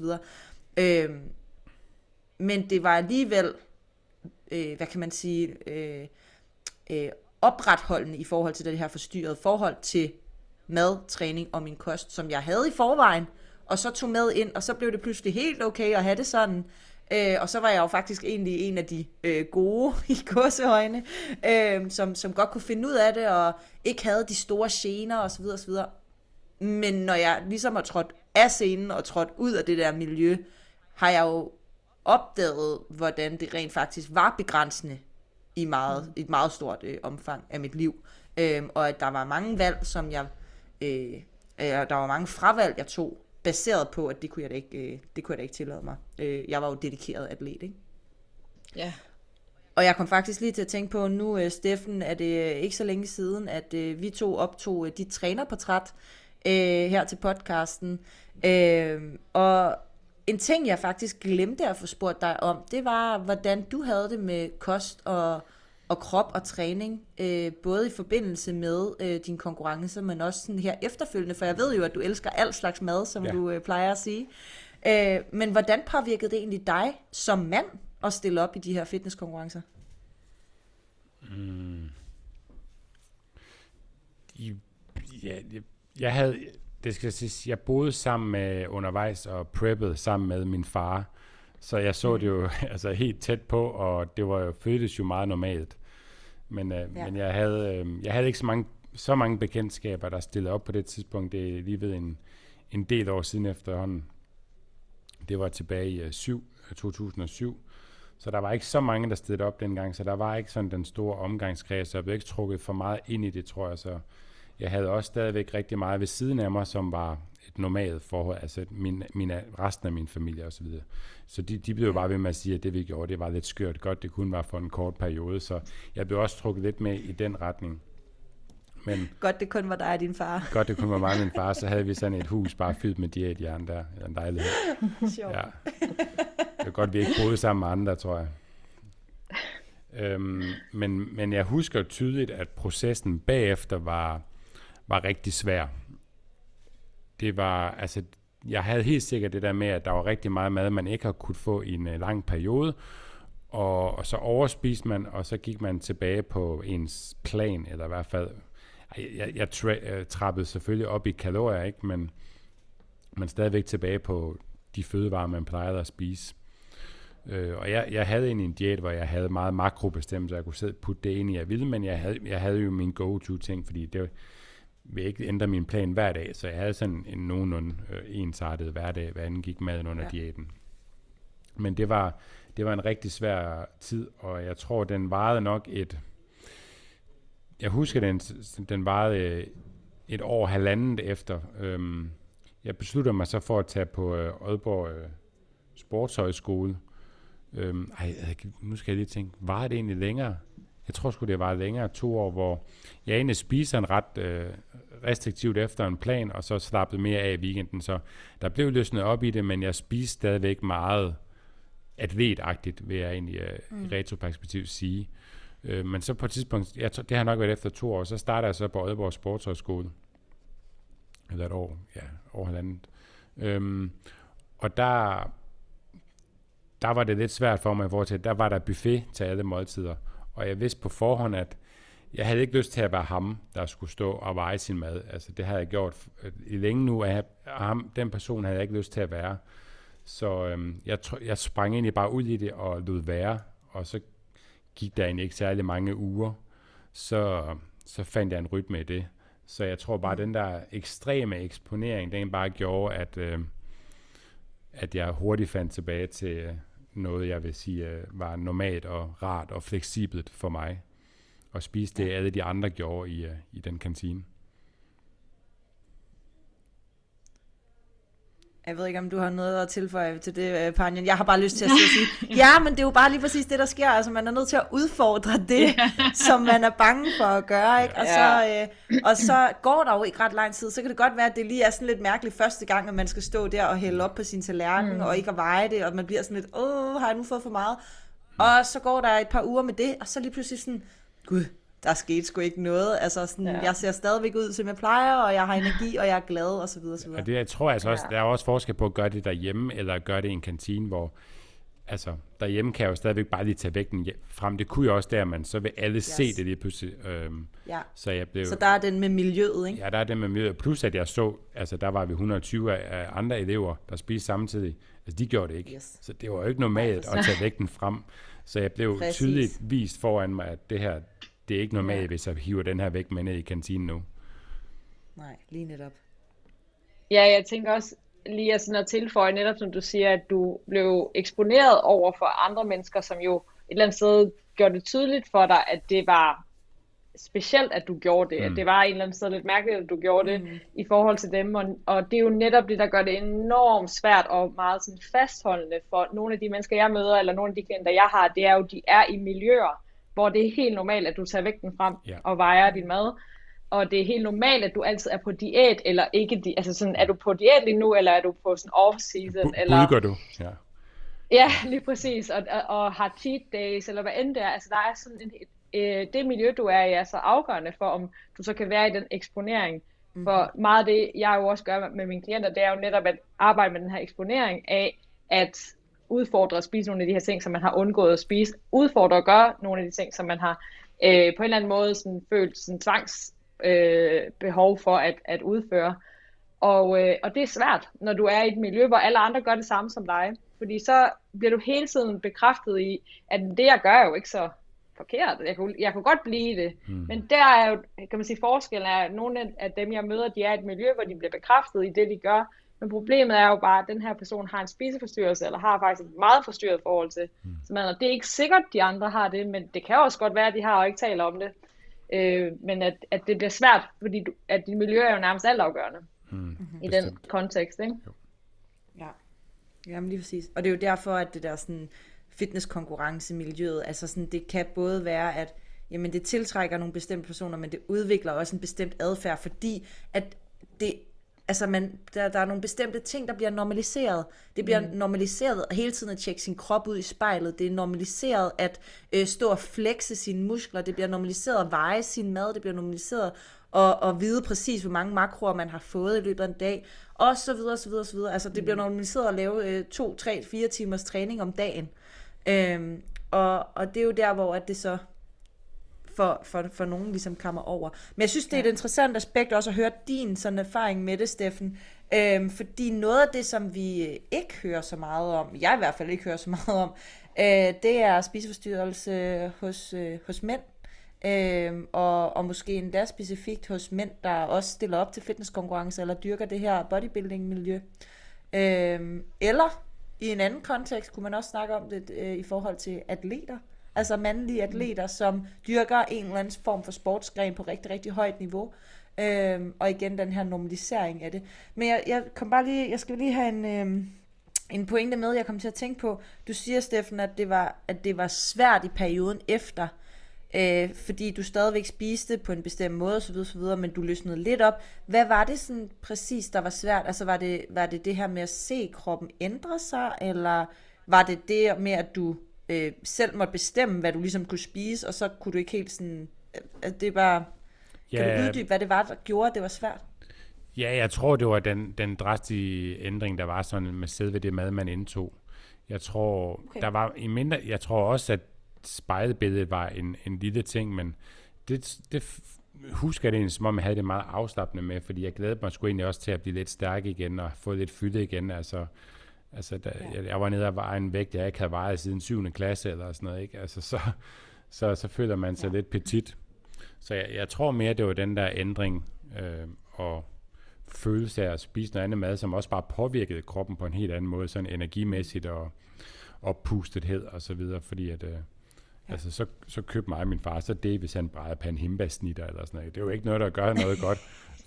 Men det var alligevel, hvad kan man sige, opretholdende i forhold til det her forstyrrede forhold til mad, træning og min kost, som jeg havde i forvejen, og så tog med ind, og så blev det pludselig helt okay at have det sådan, og så var jeg jo faktisk egentlig en af de gode i gåseøjne, som godt kunne finde ud af det, og ikke havde de store gener, osv. osv. Men når jeg ligesom har trådt af scenen, og trådt ud af det der miljø, har jeg jo opdaget, hvordan det rent faktisk var begrænsende i et meget stort omfang af mit liv, og at der var mange valg, som der var mange fravalg, jeg tog, baseret på, at det kunne jeg da ikke tillade mig. Jeg var jo dedikeret atlet, ikke? Ja. Og jeg kom faktisk lige til at tænke på nu, Steffen, at det ikke så længe siden, at vi to optog dit trænerportræt her til podcasten. Og en ting, jeg faktisk glemte at få spurgt dig om, det var, hvordan du havde det med kost og krop og træning, både i forbindelse med dine konkurrencer, men også sådan her efterfølgende, for jeg ved jo, at du elsker al slags mad, som du plejer at sige. Men hvordan påvirkede det egentlig dig som mand at stille op i de her fitnesskonkurrencer? Jeg havde, det skal jeg sige, jeg boede sammen med undervejs og preppede sammen med min far, så jeg så det jo altså helt tæt på, og det var jo føltes jo meget normalt. Men jeg havde ikke så mange bekendtskaber, der stillede op på det tidspunkt. Det er lige ved en del år siden efterhånden. Det var tilbage i 2007. Så der var ikke så mange, der stillede op dengang, så der var ikke sådan den store omgangskreds, så jeg blev ikke trukket for meget ind i det, tror jeg. Så jeg havde også stadigvæk rigtig meget ved siden af mig, som var et normalt forhold, altså resten af min familie og så videre. Så de blev jo bare ved med at sige, at det vi gjorde, det var lidt skørt. Godt, det kun var for en kort periode, så jeg blev også trukket lidt med i den retning. Men godt, det kun var dig og din far. Godt, det kun var mig og min far, så havde vi sådan et hus bare fyldt med diætjern der, eller en lejlighed. Sjovt. Ja. Det var godt, vi ikke boede sammen med andre, tror jeg. Men jeg husker tydeligt, at processen bagefter var rigtig svær. Det var, altså, jeg havde helt sikkert det der med, at der var rigtig meget mad, man ikke har kunnet få i en lang periode, og så overspiste man, og så gik man tilbage på ens plan, eller i hvert fald, jeg trappede selvfølgelig op i kalorier, ikke, men stadigvæk tilbage på de fødevarer, man plejede at spise. Og jeg havde en diæt, hvor jeg havde meget makrobestemt, så jeg kunne selv putte det ind i, jeg ville, men jeg havde jo min go-to-ting, fordi det vil ikke ændre min plan hver dag, så jeg havde sådan en nogenlunde ensartet hverdag, hvad anden gik maden under diæten. Men det var en rigtig svær tid, og jeg tror, den varede nok jeg husker, den varede et år, halvandet efter. Jeg besluttede mig så for at tage på Aalborg Sportshøjskole. Nu skal jeg lige tænke, var det egentlig længere? Jeg tror sgu, det var længere, 2 år, hvor jeg egentlig spiser en ret restriktivt efter en plan, og så slappede mere af i weekenden. Så der blev løsnet op i det, men jeg spiste stadigvæk meget atletagtigt, vil jeg egentlig i retroperspektiv sige. Men så på et tidspunkt, det har nok været efter 2 år, så starter jeg så på Aalborg Sportshøjskole. Eller et år, år halvandet. Og der var det lidt svært for mig i forhold til, at der var der buffet til alle måltider. Og jeg vidste på forhånd, at jeg havde ikke lyst til at være ham, der skulle stå og veje sin mad. Altså det havde jeg gjort i længe nu, og den person havde jeg ikke lyst til at være. Så jeg sprang egentlig bare ud i det og lod være, og så gik der egentlig ikke særlig mange uger. Så fandt jeg en rytme i det. Så jeg tror bare, at den der ekstreme eksponering, den bare gjorde, at jeg hurtigt fandt tilbage til noget, jeg vil sige, var normalt og rart og fleksibelt for mig. Og spise det, alle de andre gjorde i den kantine. Jeg ved ikke, om du har noget at tilføje til det, Panjan. Jeg har bare lyst til at sige, ja, men det er jo bare lige præcis det, der sker. Altså, man er nødt til at udfordre det, som man er bange for at gøre, ikke? Og så går der jo ikke ret lang tid. Så kan det godt være, at det lige er sådan lidt mærkeligt første gang, at man skal stå der og hælde op på sin tallerken, og ikke at veje det, og man bliver sådan lidt, har jeg nu fået for meget? Og så går der et par uger med det, og så lige pludselig sådan, gud, der skete sgu ikke noget. Altså sådan, jeg ser stadigvæk ud, som jeg plejer, og jeg har energi, og jeg er glad, og så videre, så videre. Og det jeg tror altså også, der er også forskel på at gøre det derhjemme, eller gøre det i en kantine, hvor altså derhjemme kan jeg jo stadigvæk bare lige tage vægten frem. Det kunne jo også der, man så vil alle se det lige pludselig. Så der er den med miljøet, ikke? Ja, der er den med miljøet. Plus at jeg så, altså der var vi 120 af andre elever, der spiste samtidig. Altså de gjorde det ikke. Yes. Så det var jo ikke normalt at tage vægten frem. Så jeg blev tydeligt vist foran mig, at det her, det er ikke normalt, hvis jeg hiver den her vægt med ned i kantinen nu. Nej, lige netop. Ja, jeg tænker også lige at tilføje, netop som du siger, at du blev eksponeret over for andre mennesker, som jo et eller andet sted gjorde det tydeligt for dig, at det var specielt, at du gjorde det. At det var en eller anden sted lidt mærkeligt, at du gjorde det i forhold til dem. Og det er jo netop det, der gør det enormt svært og meget sådan fastholdende for nogle af de mennesker, jeg møder, eller nogle af de klienter, jeg har. Det er jo, de er i miljøer, hvor det er helt normalt, at du tager vægten frem og vejer din mad. Og det er helt normalt, at du altid er på diæt, eller ikke, altså sådan, er du på diæt lige nu, eller er du på sådan off-season? Eller gør du, ja. Ja, lige præcis, og har cheat days, eller hvad end det er. Altså, der er sådan det miljø, du er i, er så afgørende for, om du så kan være i den eksponering. For meget af det, jeg jo også gør med mine klienter, det er jo netop at arbejde med den her eksponering af, at udfordre at spise nogle af de her ting, som man har undgået at spise. Udfordre at gøre nogle af de ting, som man har på en eller anden måde sådan, følt sådan behov for at udføre. Og det er svært, når du er i et miljø, hvor alle andre gør det samme som dig. Fordi så bliver du hele tiden bekræftet i, at det jeg gør er jo ikke så forkert. Jeg kunne godt blive det. Men der er jo, kan man sige, forskellen er, at nogle af dem, jeg møder, de er i et miljø, hvor de bliver bekræftet i det, de gør. Men problemet er jo bare, at den her person har en spiseforstyrrelse, eller har faktisk et meget forstyrret forhold til. Så det er ikke sikkert, at de andre har det, men det kan også godt være, at de har og ikke taler om det. Men at det bliver svært, fordi at dit miljø er jo nærmest altafgørende i den kontekst, ikke? Jo. Ja, jamen lige præcis. Og det er jo derfor, at det der sådan fitnesskonkurrencemiljøet, altså sådan, det kan både være, at jamen, det tiltrækker nogle bestemte personer, men det udvikler også en bestemt adfærd, fordi at det, altså der er nogle bestemte ting, der bliver normaliseret. Det bliver normaliseret at hele tiden at tjekke sin krop ud i spejlet. Det er normaliseret at stå og flexe sine muskler. Det bliver normaliseret at veje sin mad. Det bliver normaliseret at vide præcis, hvor mange makroer man har fået i løbet af en dag. Og så videre, så videre, så videre. Altså det bliver normaliseret at lave 2, 3, 4 timers træning om dagen. Og det er jo der, hvor at det så for nogen ligesom kommer over. Men jeg synes, det er et interessant aspekt også at høre din sådan erfaring med det, Steffen. Fordi noget af det, som vi ikke hører så meget om, jeg i hvert fald ikke hører så meget om, det er spiseforstyrrelse hos mænd. Og måske endda specifikt hos mænd, der også stiller op til fitnesskonkurrencer eller dyrker det her bodybuilding-miljø. Eller i en anden kontekst kunne man også snakke om det i forhold til atleter. Altså mandlige atleter, som dyrker en eller anden form for sportsgren på rigtig, rigtig højt niveau. Og igen den her normalisering af det. Men jeg skal lige have en pointe med, jeg kom til at tænke på. Du siger, Steffen, at det var svært i perioden efter, fordi du stadigvæk spiste på en bestemt måde, så videre, men du løsnede lidt op. Hvad var det sådan præcis, der var svært? Altså var det det her med at se kroppen ændre sig, eller var det det med, at du selv måtte bestemme, hvad du ligesom kunne spise, og så kunne du ikke helt sådan, at det bare, kan du uddybe, hvad det var, der gjorde, at det var svært? Ja, jeg tror, det var den drastiske ændring, der var sådan med selve det mad, man indtog. Jeg tror, der var jeg tror også, at spejlbilledet var en lille ting, men det husker jeg det egentlig, som om jeg havde det meget afslappende med, fordi jeg glædede mig sgu egentlig også til at blive lidt stærk igen, og få lidt fylde igen, jeg var nede og veje en vægt, jeg ikke havde vejet siden 7. klasse, eller sådan noget, ikke? Altså, så føler man sig lidt petit. Så jeg tror mere, det var den der ændring, og følelse af at spise noget andet mad, som også bare påvirkede kroppen på en helt anden måde, sådan energimæssigt og oppustethed og så videre, fordi at så købte mig og min far så det, hvis han brædede panhimbasnitter eller sådan noget. Det er jo ikke noget, der gør noget godt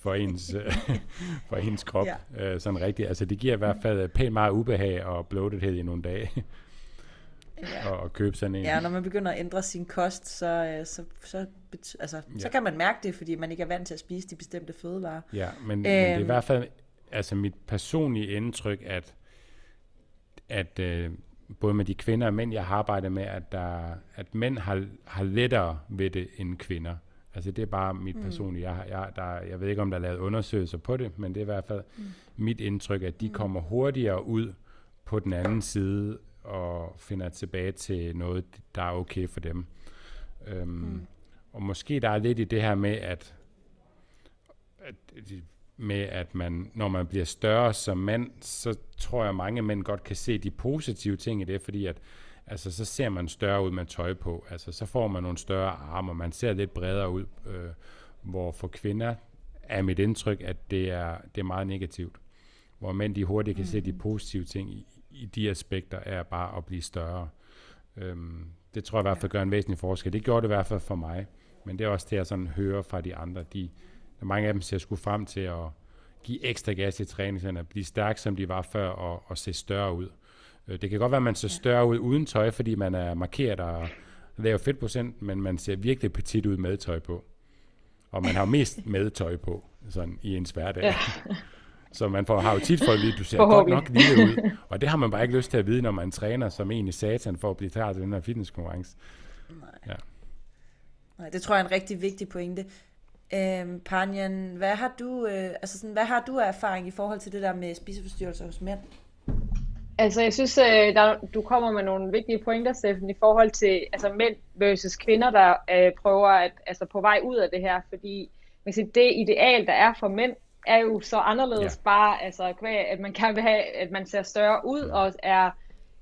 for ens krop, sådan rigtigt. Altså det giver i hvert fald pænt meget ubehag og bloatethed i nogle dage. Og købe sådan en. Ja, når man begynder at ændre sin kost, så kan man mærke det, fordi man ikke er vant til at spise de bestemte fødevarer. Ja, men det er i hvert fald altså mit personlige indtryk, at både med de kvinder og mænd, jeg har arbejdet med, at mænd har lettere ved det end kvinder. Altså det er bare mit personlige. Jeg ved ikke, om der er lavet undersøgelser på det, men det er i hvert fald mit indtryk, at de kommer hurtigere ud på den anden side og finder tilbage til noget, der er okay for dem. Og måske der er lidt i det her med, at man, når man bliver større som mand, så tror jeg, mange mænd godt kan se de positive ting i det, fordi at altså, så ser man større ud med tøj på. Altså, så får man nogle større arme, og man ser lidt bredere ud. Hvor for kvinder er mit indtryk, at det er meget negativt. Hvor mænd de hurtigt kan se de positive ting i de aspekter, er bare at blive større. Det tror jeg i hvert fald gør en væsentlig forskel. Det gjorde det i hvert fald for mig. Men det er også det, jeg sådan hører fra de andre. Mange af dem ser sgu frem til at give ekstra gas i træningscenter, blive stærke, som de var før, og se større ud. Det kan godt være, at man ser større ud uden tøj, fordi man er markeret og laver fedtprocent, men man ser virkelig petit ud med tøj på. Og man har mest med tøj på, sådan i ens hverdag. Ja. Så man har jo tit folk, du ser godt nok lille ud. Og det har man bare ikke lyst til at vide, når man træner som en i satan for at blive klar til den her fitnesskonkurrence. Nej. Nej, det tror jeg er en rigtig vigtig pointe. Panjan, hvad har du af erfaring i forhold til det der med spiseforstyrrelser hos mænd? Altså, jeg synes, du kommer med nogle vigtige pointer, Steffen, i forhold til mænd versus kvinder, der prøver at på vej ud af det her, fordi det ideal, der er for mænd, er jo så anderledes bare, at man kan have, at man ser større ud, og er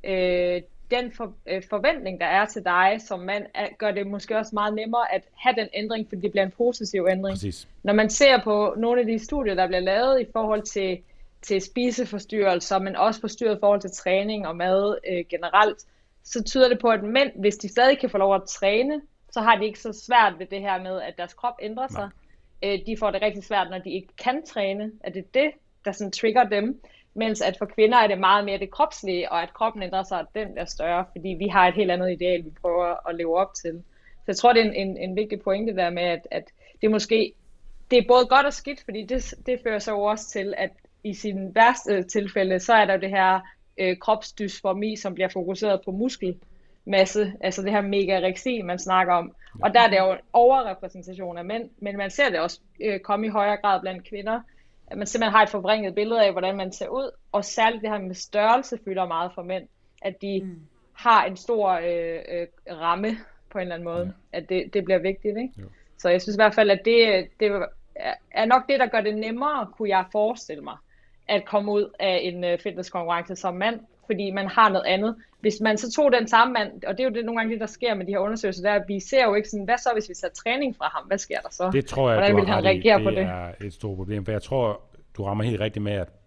den forventning, der er til dig som mand, gør det måske også meget nemmere at have den ændring, fordi det bliver en positiv ændring. Præcis. Når man ser på nogle af de studier, der bliver lavet i forhold til spiseforstyrrelser, men også forstyrret i forhold til træning og mad generelt, så tyder det på, at mænd, hvis de stadig kan få lov at træne, så har de ikke så svært ved det her med, at deres krop ændrer sig. De får det rigtig svært, når de ikke kan træne, at det er det, der sådan trigger dem. Mens at for kvinder er det meget mere det kropslige, og at kroppen ændrer sig, at den bliver større, fordi vi har et helt andet ideal, vi prøver at leve op til. Så jeg tror, det er en vigtig pointe der med, at det måske, det er både godt og skidt, fordi det fører sig jo også til, at i sin værste tilfælde, så er der jo det her kropsdysformi, som bliver fokuseret på muskelmasse, altså det her megareksi, man snakker om. Og der er det jo en overrepræsentation af mænd, men man ser det også komme i højere grad blandt kvinder, at man simpelthen har et forvrænget billede af, hvordan man ser ud, og særligt det her med størrelse fylder meget for mænd, at de har en stor ramme på en eller anden måde, at det bliver vigtigt, ikke? Jo. Så jeg synes i hvert fald, at det er nok det, der gør det nemmere, kunne jeg forestille mig, at komme ud af en fitnesskonkurrence som mand, fordi man har noget andet. Hvis man så tog den samme mand, og det er jo det nogle gange det, der sker med de her undersøgelser, der vi ser jo ikke sådan, hvad så, hvis vi tager træning fra ham? Hvad sker der så? Det tror jeg, hvordan vil han reagere på det? Det er et stort problem, for jeg tror, du rammer helt rigtigt med, at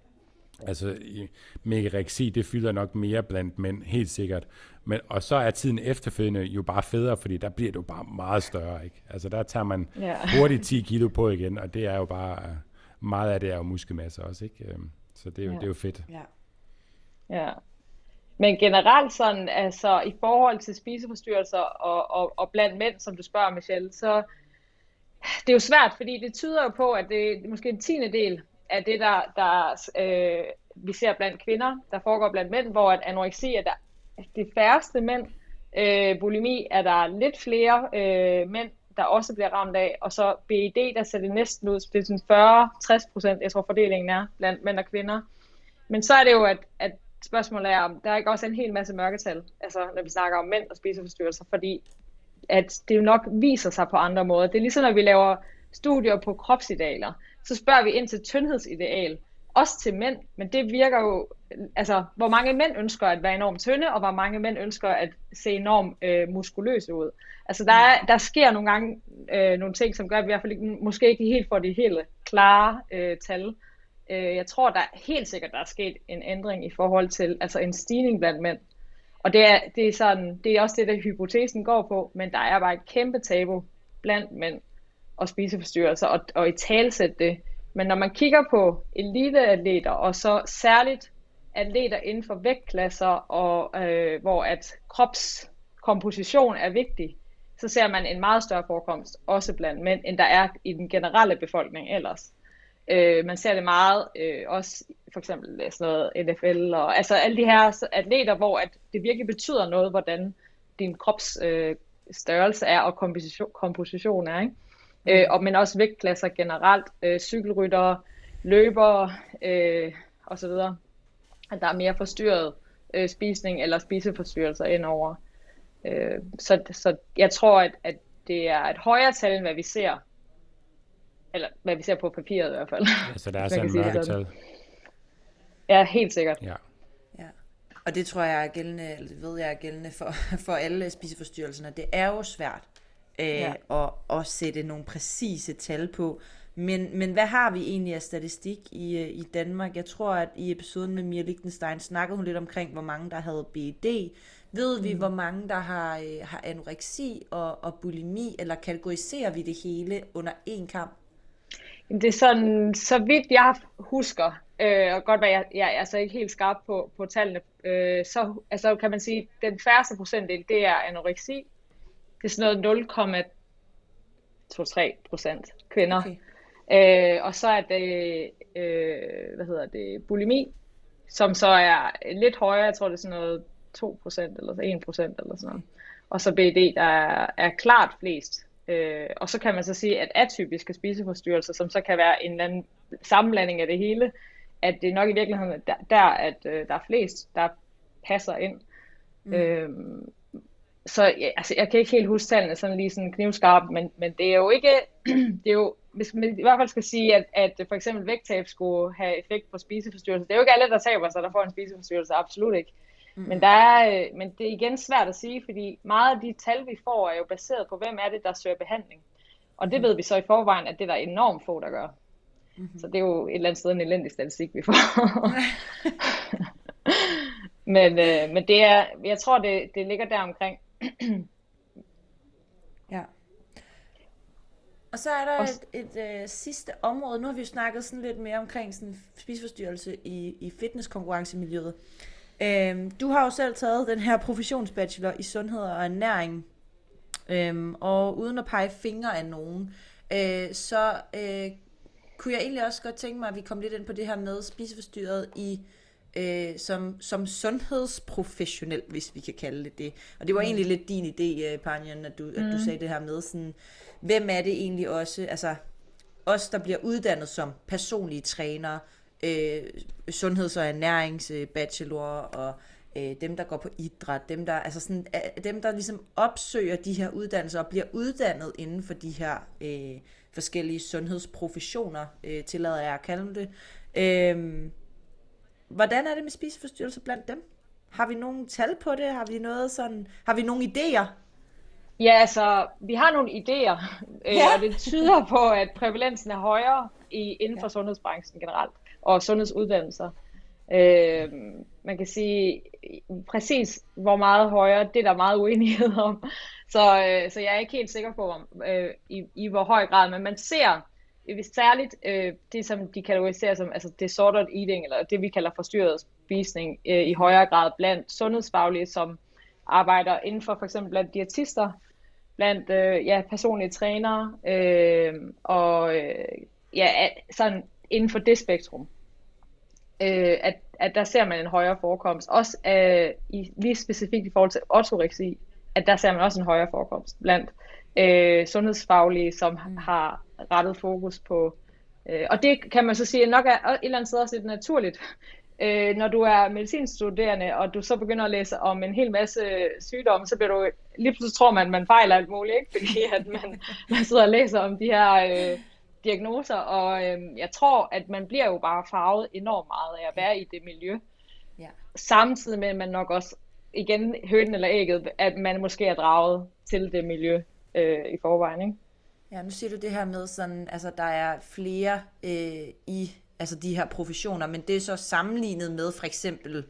megareksi, det fylder nok mere blandt mænd, helt sikkert. Og så er tiden efterfølgende jo bare federe, fordi der bliver det jo bare meget større, ikke? Altså der tager man hurtigt 10 kilo på igen, og det er jo bare, meget af det er jo muskelmasse også, ikke? Så det er jo fedt. Ja. Men generelt sådan, i forhold til spiseforstyrrelser og blandt mænd, som du spørger, Michelle, så det er jo svært, fordi det tyder jo på, at det er måske en 10. af det, der vi ser blandt kvinder, der foregår blandt mænd, hvor at anoreksi er der de færreste mænd. Bulimi er der lidt flere mænd, der også bliver ramt af, og så BID, der ser det næsten ud, det er sådan 40-60%, jeg tror fordelingen er blandt mænd og kvinder. Men så er det jo, at spørgsmålet er, om der er ikke også en hel masse mørketal, når vi snakker om mænd og spiseforstyrrelser, fordi at det jo nok viser sig på andre måder. Det er ligesom, når vi laver studier på kropsidealer, så spørger vi ind til tyndhedsideal, også til mænd, men det virker jo, hvor mange mænd ønsker at være enormt tynde, og hvor mange mænd ønsker at se enormt muskuløse ud. Der sker nogle gange nogle ting, som gør, at vi i hvert fald måske ikke helt får de helt klare tal. Jeg tror, der helt sikkert, der er sket en ændring i forhold til, en stigning blandt mænd. Og det er også det, der hypotesen går på, men der er bare et kæmpe tabu blandt mænd og spiseforstyrrelser, og i talsæt det. Men når man kigger på eliteatleter, og så særligt atleter inden for vægtklasser, og hvor at kropskomposition er vigtig, så ser man en meget større forekomst, også blandt mænd, end der er i den generelle befolkning ellers. Man ser det meget, også for eksempel sådan noget NFL, og alle de her atleter, hvor at det virkelig betyder noget, hvordan din krops størrelse er, og komposition er, ikke? Men også vægtklasser generelt, cykelryttere, løbere osv. At der er mere forstyrret spisning eller spiseforstyrrelser indover. Så jeg tror, at det er et højere tal, end hvad vi ser. Eller hvad vi ser på papiret i hvert fald. Ja, så der er sådan en mørketal. Ja, helt sikkert. Ja. Og det tror jeg er gældende, eller det ved jeg er gældende for alle spiseforstyrrelserne. Det er jo svært at sætte nogle præcise tal på, Men hvad har vi egentlig af statistik i Danmark? Jeg tror, at i episoden med Mia Lichtenstein snakkede hun lidt omkring, hvor mange der havde BED. Ved vi, hvor mange der har anoreksi og bulimi, eller kategoriserer vi det hele under én kam? Det er sådan, så vidt jeg husker, og godt være, jeg er altså ikke helt skarp på tallene, så altså, kan man sige, at den færreste procentdel, det er anoreksi. Det er sådan noget 0,23% kvinder. Okay. Og så er det, bulimi, som så er lidt højere, jeg tror det er sådan noget 2% eller 1% eller sådan noget. Og så BED, der er klart flest. Og så kan man så sige, at atypiske spiseforstyrrelser, som så kan være en eller anden sammenblanding af det hele, at det er nok i virkeligheden at der er flest, der passer ind. Så altså, jeg kan ikke helt huske tallene sådan lige sådan knivskarpt, men det er jo ikke, det er jo, hvis man i hvert fald skal sige, at for eksempel vægttab skulle have effekt på spiseforstyrrelser, det er jo ikke alle, der taber sig, der får en spiseforstyrrelse, absolut ikke. Men men det er igen svært at sige, fordi meget af de tal, vi får, er jo baseret på, hvem er det, der søger behandling. Og det ved vi så i forvejen, at det der er enormt få, der gør. Så det er jo et eller andet sted en elendig statistik, vi får. men det er, jeg tror, det ligger der omkring. Ja. Og så er der et sidste område. Nu har vi jo snakket sådan lidt mere omkring sådan spiseforstyrrelse i fitnesskonkurrencemiljøet. Du har jo selv taget den her professionsbachelor i sundhed og ernæring, og uden at pege fingre af nogen, så kunne jeg egentlig også godt tænke mig, at vi kom lidt ind på det her med spiseforstyrret som sundhedsprofessionel, hvis vi kan kalde det det. Og det var egentlig lidt din idé, Panjan, at du sagde det her med, sådan, hvem er det egentlig også, altså os, der bliver uddannet som personlige trænere, sundheds- og ernæringsbachelor og dem, der går på idræt, dem der ligesom opsøger de her uddannelser og bliver uddannet inden for de her forskellige sundhedsprofessioner, tillader jeg at kalde det. Hvordan er det med spiseforstyrrelser blandt dem? Har vi nogle tal på det? Har vi nogle idéer? Ja, altså, vi har nogle idéer, og det tyder på, at prævalensen er højere inden for sundhedsbranchen generelt, og sundhedsuddannelser. Man kan sige, præcis hvor meget højere, det er der meget uenighed om. Så jeg er ikke helt sikker på, i hvor høj grad, men man ser særligt det, som de kategoriserer som altså disordered eating, eller det vi kalder forstyrret spisning, i højere grad blandt sundhedsfaglige, som arbejder inden for eksempel blandt diætister, blandt personlige trænere, sådan inden for det spektrum. At der ser man en højere forekomst, også lige specifikt i forhold til ortoreksi, at der ser man også en højere forekomst blandt sundhedsfaglige, som har rettet fokus på, og det kan man så sige nok er et eller andet sted også lidt naturligt, når du er medicinstuderende, og du så begynder at læse om en hel masse sygdomme, så bliver du lige pludselig tror man fejler alt muligt, ikke? Fordi at man sidder og læser om de her diagnoser, og jeg tror, at man bliver jo bare farvet enormt meget af at være i det miljø. Ja. Samtidig med, at man nok også, igen hønen eller ægget, at man måske er draget til det miljø i forvejen, ikke? Ja, nu siger du det her med sådan, altså der er flere i altså de her professioner, men det er så sammenlignet med for eksempel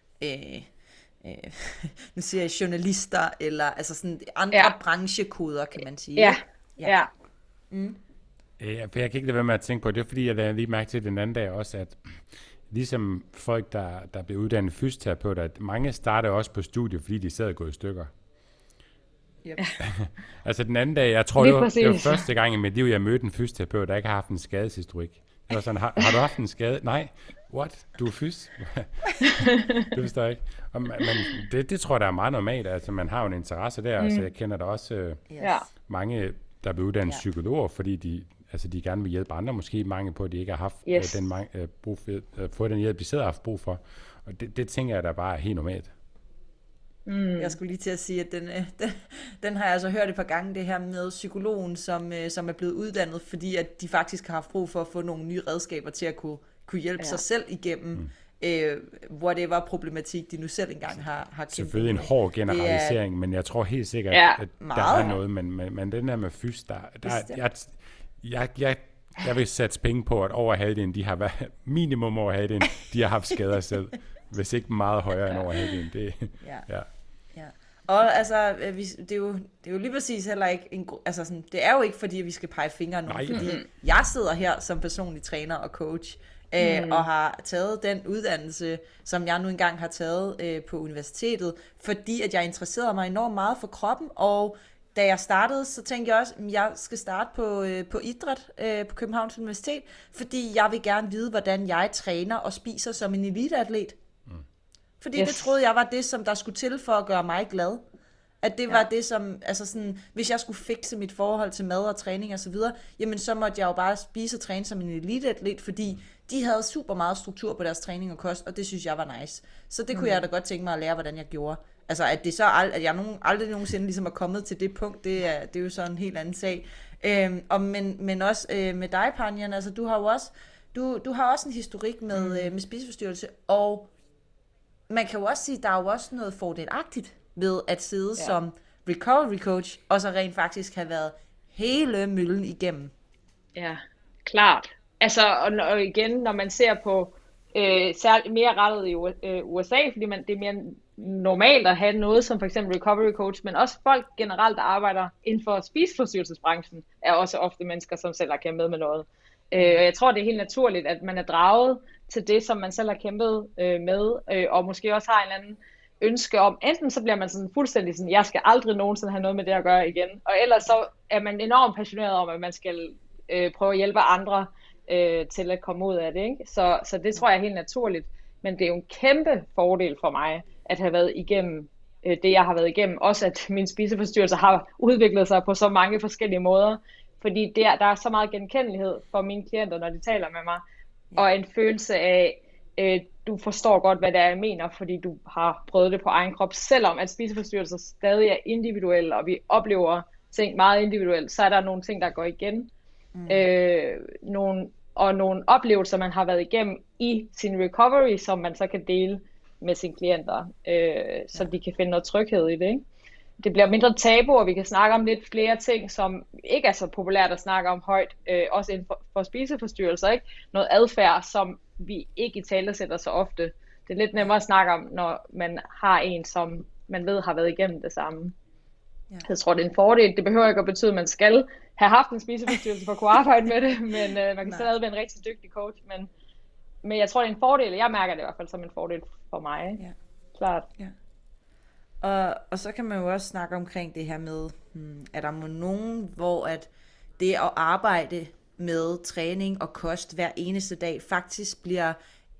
nu siger jeg journalister, eller altså sådan andre branchekoder, kan man sige. Ja. For jeg kan ikke lade være med at tænke på det, fordi jeg lavede lige mærke til den anden dag også, at ligesom folk, der bliver uddannet fysioterapeuter, at mange starter også på studiet, fordi de sad og gået i stykker. Yep. Altså den anden dag, jeg tror, det var første gang i mit liv, jeg mødte en fysioterapeut, der ikke har haft en skadeshistorik. Det var sådan, har du haft en skade? Nej. What? Du er fys? Det forstår jeg ikke. Men det tror jeg, der er meget normalt. Altså man har jo en interesse der. Altså jeg kender der også mange, der bliver uddannet psykologer, fordi de gerne vil hjælpe andre. Måske mange på, at de ikke har haft fået den hjælp, de selv har haft brug for. Og det tænker jeg, der bare er helt normalt. Jeg skulle lige til at sige, at den har jeg altså hørt et par gange, det her med psykologen, som er blevet uddannet, fordi at de faktisk har haft brug for at få nogle nye redskaber til at kunne hjælpe sig selv igennem whatever problematik, de nu selv engang har kæmpet. Selvfølgelig en hård generalisering, men jeg tror helt sikkert, at der er noget, men den der med fys, jeg Jeg vil sætte penge på, at over halvdelen, de har været minimum over halvdelen, de har haft skader selv. Hvis ikke meget højere end over halvdelen. Ja. Og altså, det er jo lige præcis heller ikke altså sådan, det er jo ikke fordi vi skal pege fingre af nogen, fordi jeg sidder her som personlig træner og coach og har taget den uddannelse, som jeg nu engang har taget på universitetet, fordi at jeg interesserede mig enormt meget for kroppen, og da jeg startede, så tænkte jeg også, at jeg skal starte på idræt på Københavns Universitet, fordi jeg vil gerne vide, hvordan jeg træner og spiser som en eliteatlet. Fordi det troede jeg var det, som der skulle til for at gøre mig glad. At det var det, som, altså sådan, hvis jeg skulle fikse mit forhold til mad og træning og så videre, jamen så måtte jeg jo bare spise og træne som en eliteatlet, fordi de havde super meget struktur på deres træning og kost, og det synes jeg var nice. Så det kunne jeg da godt tænke mig at lære, hvordan jeg gjorde. Altså at det så at jeg aldrig nogensinde ligesom er kommet til det punkt, det er jo så en helt anden sag. Men også med dig, Panjan, altså du har jo også, du har også en historik med spiseforstyrrelse, og man kan jo også sige, at der er jo også noget fordelagtigt ved at sidde som recovery coach, og så rent faktisk have været hele møllen igennem. Ja, klart. Altså, og igen, når man ser på særligt mere rettet i USA, fordi det er mere normalt at have noget som for eksempel recovery coach, men også folk generelt, der arbejder inden for spiseforstyrrelsesbranchen, er også ofte mennesker, som selv har kæmpet med noget. Og jeg tror, det er helt naturligt, at man er draget til det, som man selv har kæmpet med, og måske også har en eller anden ønske om, enten så bliver man sådan fuldstændig sådan, jeg skal aldrig nogensinde have noget med det at gøre igen, og ellers så er man enormt passioneret om, at man skal prøve at hjælpe andre til at komme ud af det, ikke? Så det tror jeg er helt naturligt, men det er jo en kæmpe fordel for mig, at have været igennem det, jeg har været igennem, også at min spiseforstyrrelse har udviklet sig på så mange forskellige måder, fordi der er så meget genkendelighed for mine klienter, når de taler med mig, og en følelse af, du forstår godt, hvad det er, jeg mener, fordi du har prøvet det på egen krop. Selvom at spiseforstyrrelser stadig er individuelle, og vi oplever ting meget individuelt, så er der nogle ting, der går igen. Nogle oplevelser, man har været igennem i sin recovery, som man så kan dele med sine klienter, så de kan finde noget tryghed i det, ikke? Det bliver mindre tabu, og vi kan snakke om lidt flere ting, som ikke er så populært at snakke om højt, også inden for spiseforstyrrelser, ikke? Noget adfærd, som vi ikke italesætter så ofte. Det er lidt nemmere at snakke om, når man har en, som man ved har været igennem det samme. Ja. Jeg tror, det er en fordel. Det behøver ikke at betyde, at man skal have haft en spiseforstyrrelse for at kunne arbejde med det, men man kan stadig være en rigtig dygtig coach. Men jeg tror, det er en fordel. Jeg mærker det i hvert fald som en fordel for mig. Ja. Klart. Ja. Og så kan man jo også snakke omkring det her med, er der nogen, hvor at det at arbejde med træning og kost hver eneste dag faktisk bliver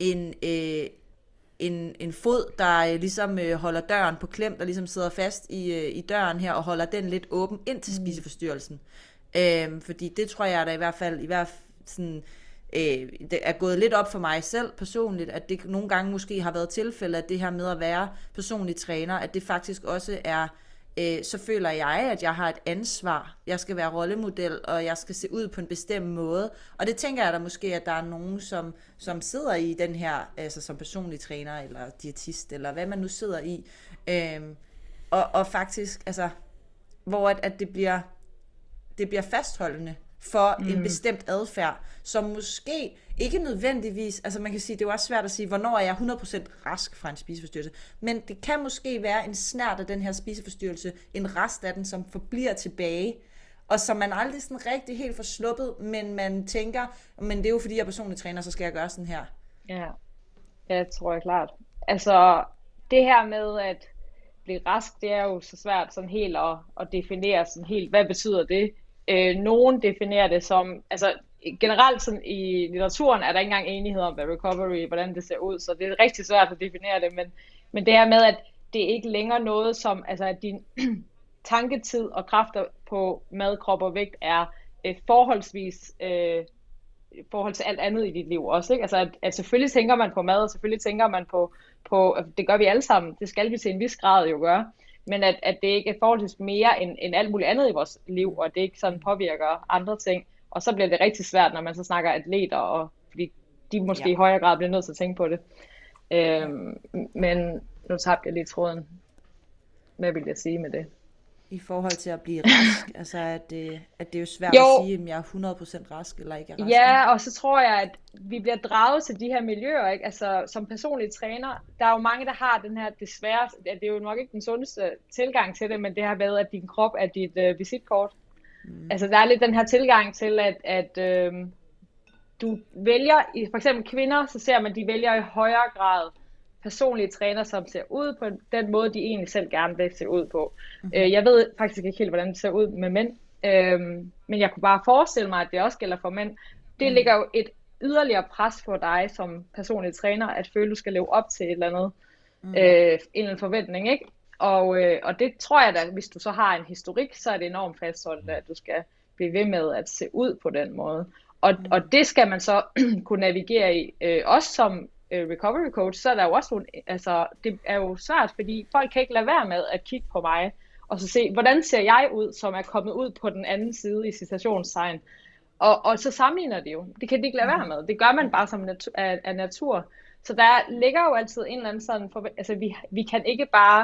en fod, der ligesom holder døren på klem, der ligesom sidder fast i døren her og holder den lidt åben ind til spiseforstyrrelsen. Fordi det tror jeg da i hvert fald sådan, det er gået lidt op for mig selv personligt, at det nogle gange måske har været tilfælde, at det her med at være personlig træner, at det faktisk også er, så føler jeg, at jeg har et ansvar. Jeg skal være rollemodel, og jeg skal se ud på en bestemt måde. Og det tænker jeg da måske, at der er nogen, som sidder i den her, altså som personlig træner, eller diætist, eller hvad man nu sidder i. Og faktisk, altså, hvor at det bliver fastholdende for en bestemt adfærd, som måske ikke nødvendigvis, altså man kan sige, det er jo også svært at sige, hvornår er jeg 100% rask fra en spiseforstyrrelse, men det kan måske være en snert af den her spiseforstyrrelse, en rest af den, som forbliver tilbage, og som man aldrig sådan rigtig helt får sluppet, men man tænker, men det er jo fordi jeg er personlig træner, så skal jeg gøre sådan her. Ja, tror jeg klart. Altså, det her med at blive rask, det er jo så svært sådan helt at definere sådan helt, hvad betyder det? Nogen definerer det som, altså generelt sådan i litteraturen er der ikke engang enighed om, hvad recovery, hvordan det ser ud, så det er rigtig svært at definere det, men det her med, at det ikke længere noget som, altså at din tanketid og kræfter på mad, krop og vægt er forholdsvis i forhold til alt andet i dit liv også, ikke? Altså at selvfølgelig tænker man på mad, og selvfølgelig tænker man på det gør vi alle sammen, det skal vi til en vis grad jo gøre, men at det ikke er forholdsvis mere end alt muligt andet i vores liv, og det ikke sådan påvirker andre ting. Og så bliver det rigtig svært, når man så snakker atleter, og fordi de måske i højere grad bliver nødt til at tænke på det. Men nu tabte jeg lige tråden. Hvad vil jeg sige med det? i forhold til at blive rask? Altså, at det er jo svært Jo, at sige, om jeg er 100% rask eller ikke er rask. ja, og så tror jeg, at vi bliver draget til de her miljøer, ikke? Altså, som personlig træner, der er jo mange, der har den her, desværre, at det er jo nok ikke den sundeste tilgang til det, men det har været, at din krop er dit visitkort. Altså, der er lidt den her tilgang til, at du vælger, for eksempel kvinder, så ser man, at de vælger i højere grad personlige træner, som ser ud på den måde, de egentlig selv gerne vil se ud på. Jeg ved faktisk ikke helt, hvordan det ser ud med mænd, men jeg kunne bare forestille mig, at det også gælder for mænd. Det ligger jo et yderligere pres på dig som personlig træner, at føle, du skal leve op til et eller andet, en eller anden forventning, ikke? Og det tror jeg da, hvis du så har en historik, så er det enormt fastholdt, at du skal blive ved med at se ud på den måde. Og det skal man så kunne navigere i, også som recovery coach, så er der jo også nogle, altså det er jo svært, fordi folk kan ikke lade være med at kigge på mig, og så se, hvordan ser jeg ud, som er kommet ud på den anden side i citationstegn. Og så sammenligner det jo. Det kan de ikke lade være med. Det gør man bare som af natur. Så der ligger jo altid en eller anden sådan, altså vi kan ikke bare,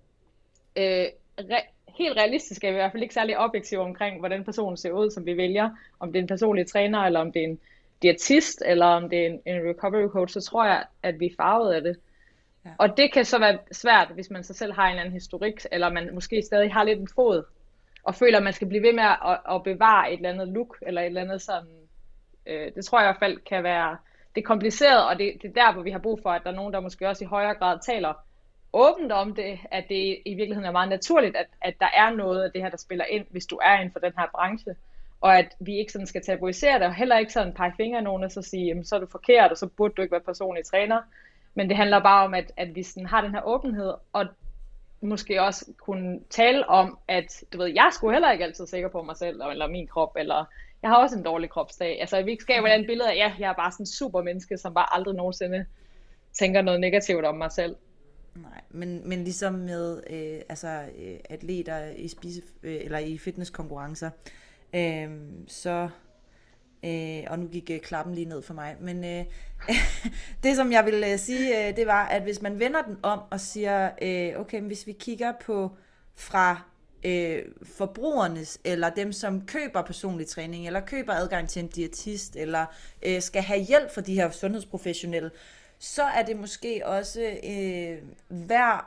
helt realistisk er vi i hvert fald ikke særlig objektive omkring, hvordan personen ser ud, som vi vælger. Om det er en personlig træner, eller om det er en diætist, eller om det er en recovery coach, så tror jeg, at vi er farvet af det. Ja. Og det kan så være svært, hvis man så selv har en eller anden historik, eller man måske stadig har lidt en fod, og føler, at man skal blive ved med at bevare et eller andet look, eller et eller andet sådan. Det tror jeg i hvert fald kan være, det er kompliceret, og det er der, hvor vi har brug for, at der er nogen, der måske også i højere grad taler åbent om det, at det i virkeligheden er meget naturligt, at der er noget af det her, der spiller ind, hvis du er inden for den her branche, og at vi ikke sådan skal tabuisere det, og heller ikke sådan pege fingre af nogen, og så sige, jamen, så er du forkert, og så burde du ikke være personlig træner. Men det handler bare om, at vi sådan har den her åbenhed, og måske også kunne tale om, at du ved, jeg skulle heller ikke altid sikker på mig selv, eller min krop, eller jeg har også en dårlig kropsdag. Altså, vi ikke skaber et billede af, ja, jeg er bare sådan en super menneske, som bare aldrig nogensinde tænker noget negativt om mig selv. Nej, men ligesom med atleter i eller i fitnesskonkurrencer, så og nu gik klappen lige ned for mig, men det som jeg vil sige, det var, at hvis man vender den om og siger, okay, hvis vi kigger på fra forbrugernes, eller dem som køber personlig træning, eller køber adgang til en diætist, eller skal have hjælp fra de her sundhedsprofessionelle, så er det måske også værd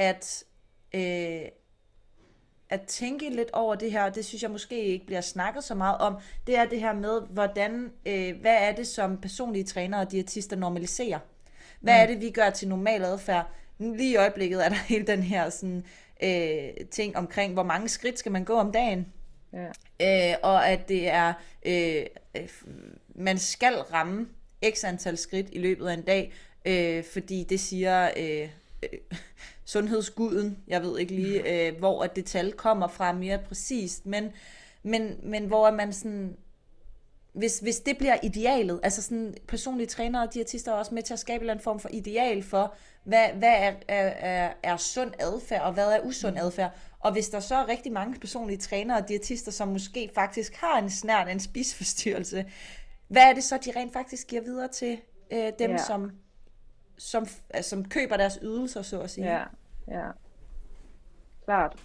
at tænke lidt over det her. Det synes jeg måske ikke bliver snakket så meget om. Det er det her med, hvad er det, som personlige trænere og diætister normaliserer? Hvad er det, vi gør til normal adfærd? Lige i øjeblikket er der hele den her sådan, ting omkring, hvor mange skridt skal man gå om dagen? Ja. Og at det er, man skal ramme x antal skridt i løbet af en dag, fordi det siger sundhedsguden, jeg ved ikke lige, hvor at det tal kommer fra mere præcist, men hvor man sådan, hvis det bliver idealet, altså sådan personlige trænere og diætister er også med til at skabe en eller anden form for ideal for, hvad er sund adfærd, og hvad er usund adfærd, og hvis der så er rigtig mange personlige trænere og diætister, som måske faktisk har en snert af en spiseforstyrrelse, hvad er det så, de rent faktisk giver videre til dem, som køber deres ydelser, så at sige? Ja. Klart.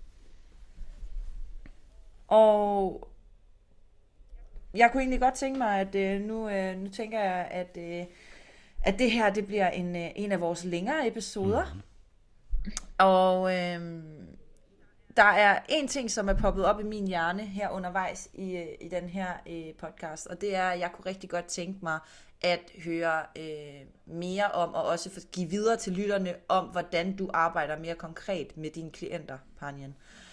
Og jeg kunne egentlig godt tænke mig, at nu tænker jeg, at det her, det bliver en af vores længere episoder. Og der er en ting, som er poppet op i min hjerne her undervejs i den her podcast, og det er, at jeg kunne rigtig godt tænke mig at høre mere om, og også give videre til lytterne om, hvordan du arbejder mere konkret med dine klienter, Panjan.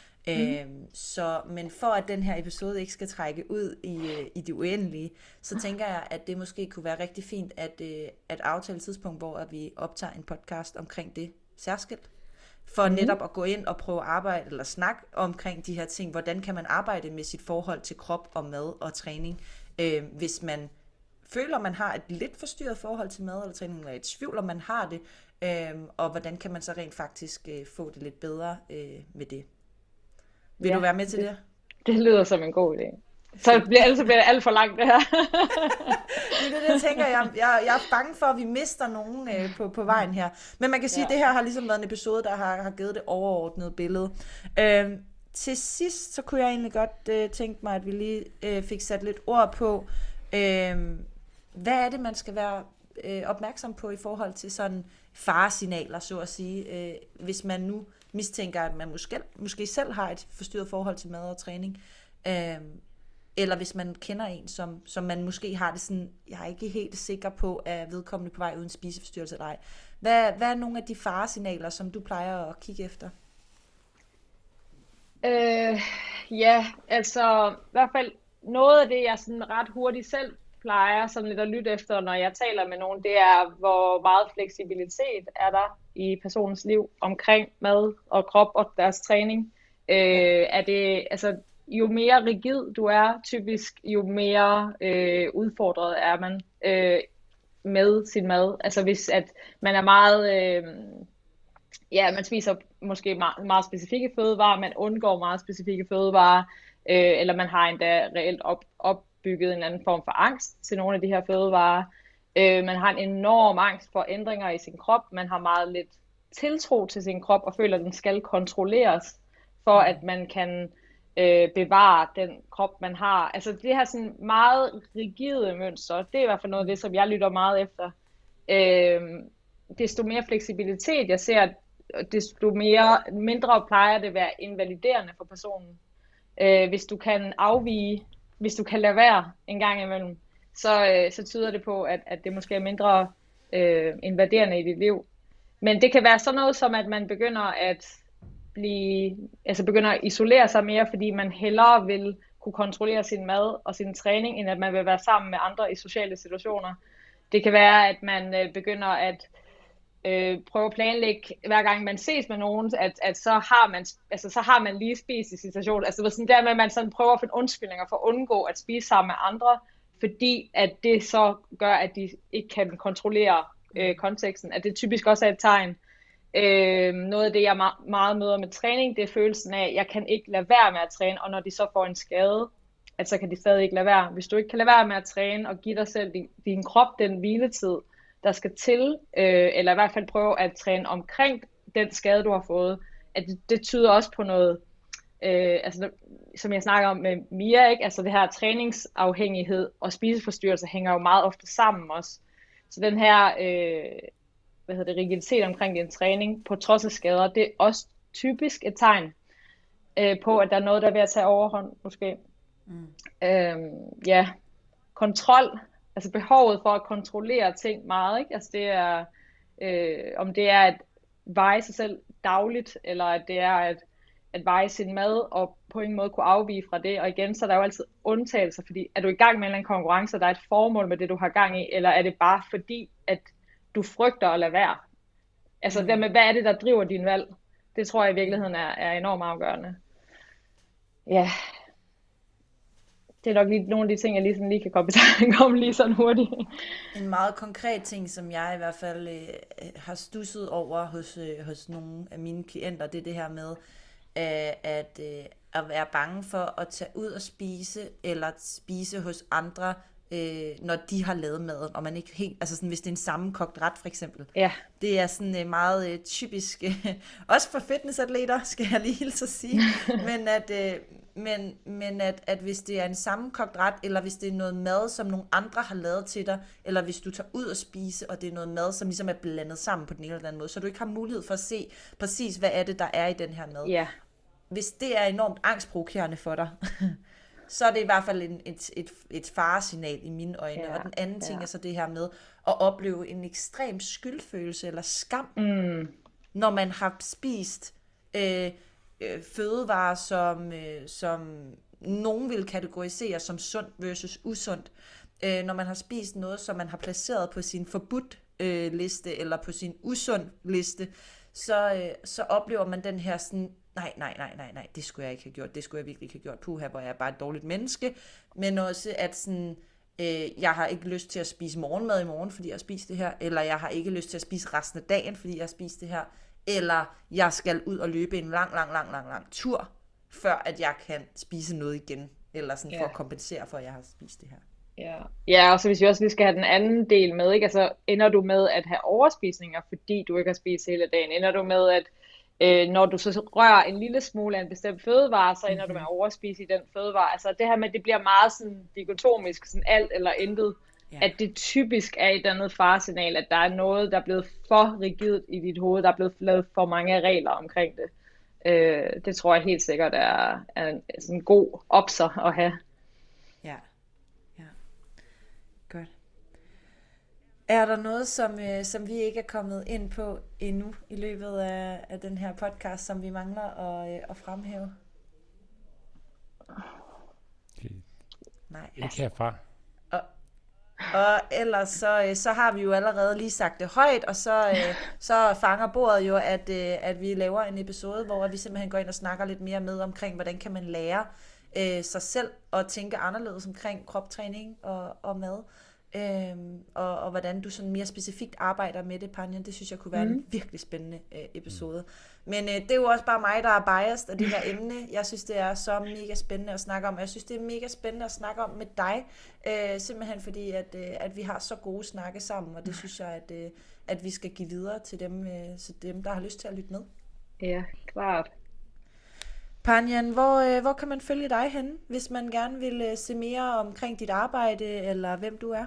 Men for at den her episode ikke skal trække ud i det uendelige, så tænker jeg, at det måske kunne være rigtig fint at aftale et tidspunkt, hvor vi optager en podcast omkring det særskilt. For netop at gå ind og prøve at arbejde eller snakke omkring de her ting. Hvordan kan man arbejde med sit forhold til krop og mad og træning, hvis man føler, man har et lidt forstyrret forhold til mad eller træning, eller et tvivl, om man har det, og hvordan kan man så rent faktisk få det lidt bedre med det. Vil du være med til det? Det lyder som en god idé. Så bliver det alt for langt, det her. Det er det, tænker jeg. Jeg er bange for, at vi mister nogen på vejen her. Men man kan sige, at det her har ligesom været en episode, der har givet det overordnede billede. til sidst, så kunne jeg egentlig godt tænke mig, at vi lige fik sat lidt ord på, hvad er det, man skal være opmærksom på i forhold til sådan faresignaler, så at sige, hvis man nu mistænker, at man måske selv har et forstyrret forhold til mad og træning, eller hvis man kender en, som man måske har det sådan, jeg er ikke helt sikker på, at vedkommende på vej uden spiseforstyrrelse eller ej. Hvad er nogle af de faresignaler, som du plejer at kigge efter? Ja, altså i hvert fald noget af det, jeg sådan ret hurtigt selv plejer sådan lidt at lytte efter, når jeg taler med nogen, det er, hvor meget fleksibilitet er der i personens liv omkring mad og krop og deres træning. Er det, altså, jo mere rigid du er, typisk, jo mere udfordret er man med sin mad. Altså hvis at man er meget... man spiser måske meget specifikke fødevarer, man undgår meget specifikke fødevarer, eller man har endda reelt opbygget en anden form for angst til nogle af de her fødevarer. Man har en enorm angst for ændringer i sin krop, man har meget lidt tiltro til sin krop, og føler, at den skal kontrolleres, for at man kan bevare den krop, man har. Altså det her sådan meget rigide mønster, det er i hvert fald noget af det, som jeg lytter meget efter. Desto mere fleksibilitet jeg ser, desto mindre plejer det at være invaliderende for personen. Hvis du kan afvige, hvis du kan lade være en gang imellem, så tyder det på, at det måske er mindre invaderende i dit liv. Men det kan være sådan noget som, at man begynder at isolere sig mere, fordi man hellere vil kunne kontrollere sin mad og sin træning, end at man vil være sammen med andre i sociale situationer. Det kan være, at man begynder at prøve at planlægge, hver gang man ses med nogen, at så har man lige spist i situationen. Altså det sådan der med, at man sådan prøver at finde undskyldninger for at undgå at spise sammen med andre, fordi at det så gør, at de ikke kan kontrollere konteksten. At det typisk også er et tegn. Noget af det, jeg meget møder med træning, det er følelsen af, at jeg kan ikke lade være med at træne, og når de så får en skade, at så kan de stadig ikke lade være. Hvis du ikke kan lade være med at træne og give dig selv din krop den hviletid, der skal til, eller i hvert fald prøve at træne omkring den skade, du har fået, at det tyder også på noget, som jeg snakker om med Mia, ikke? Altså det her træningsafhængighed og spiseforstyrrelse hænger jo meget ofte sammen også. Så den her rigiditet omkring din træning, på trods af skader, det er også typisk et tegn på, at der er noget, der er ved at tage overhånd, måske. Kontrol, altså behovet for at kontrollere ting meget, ikke? Altså det er, om det er at veje sig selv dagligt, eller at det er at veje sin mad, og på en måde kunne afvige fra det. Og igen, så er der jo altid undtagelser, fordi er du i gang med en konkurrence, og der er et formål med det, du har gang i, eller er det bare fordi, at du frygter at lade være? Altså dermed, hvad er det, der driver din valg? Det tror jeg i virkeligheden er enormt afgørende. Ja. Det er nok lige nogle af de ting, jeg lige kan komme lige sådan hurtigt. En meget konkret ting, som jeg i hvert fald har stusset over hos nogle af mine klienter, det er det her med, at være bange for at tage ud og spise, eller spise hos andre, når de har lavet maden, og man ikke helt, altså sådan, hvis det er en sammenkogt ret for eksempel. Ja. Det er sådan meget typisk, også for fitnessatleter, skal jeg lige hilse at sige, men at hvis det er en sammenkogt ret, eller hvis det er noget mad, som nogle andre har lavet til dig, eller hvis du tager ud og spise, og det er noget mad, som ligesom er blandet sammen på den ene eller anden måde, så du ikke har mulighed for at se præcis, hvad er det, der er i den her mad. Ja. Hvis det er enormt angstprovokerende for dig, så er det i hvert fald et faresignal i mine øjne. Ja, og den anden ting er så det her med at opleve en ekstrem skyldfølelse eller skam, når man har spist fødevarer, som nogen vil kategorisere som sundt versus usundt. Når man har spist noget, som man har placeret på sin forbudt liste, eller på sin usund liste, så oplever man den her sådan, nej, det skulle jeg ikke have gjort, det skulle jeg virkelig ikke have gjort, puha, hvor jeg er bare et dårligt menneske, men også at sådan, jeg har ikke lyst til at spise morgenmad i morgen, fordi jeg har spist det her, eller jeg har ikke lyst til at spise resten af dagen, fordi jeg har spist det her, eller jeg skal ud og løbe en lang tur, før at jeg kan spise noget igen, eller sådan for at kompensere for, at jeg har spist det her. Ja, og så hvis vi også lige skal have den anden del med, ikke? Altså ender du med at have overspisninger, fordi du ikke har spist hele dagen? Ender du med Når du så rører en lille smule af en bestemt fødevare, så ender du med at overspise i den fødevare. Altså det her med, det bliver meget sådan dikotomisk, sådan alt eller intet. Ja. At det typisk er et andet faresignal, at der er noget, der er blevet for rigidt i dit hoved, der er blevet lavet for mange regler omkring det. Det tror jeg helt sikkert er sådan en god opser at have. Ja, godt. Er der noget, som vi ikke er kommet ind på endnu i løbet af den her podcast, som vi mangler at fremhæve? Nej. Ikke herfra. Og ellers så har vi jo allerede lige sagt det højt, og så fanger bordet jo, at vi laver en episode, hvor vi simpelthen går ind og snakker lidt mere med omkring, hvordan kan man lære sig selv at tænke anderledes omkring kroptræning og mad. Og hvordan du sådan mere specifikt arbejder med det, Panjan. Det synes jeg kunne være en virkelig spændende episode. Men det er jo også bare mig, der er biased af det her emne. Jeg synes, det er så mega spændende at snakke om. Og jeg synes, det er mega spændende at snakke om med dig. Simpelthen fordi, at vi har så gode snakke sammen. Og det synes jeg, at vi skal give videre til dem, der har lyst til at lytte med. Ja, klart. Panjan, hvor kan man følge dig henne, hvis man gerne vil se mere omkring dit arbejde, eller hvem du er?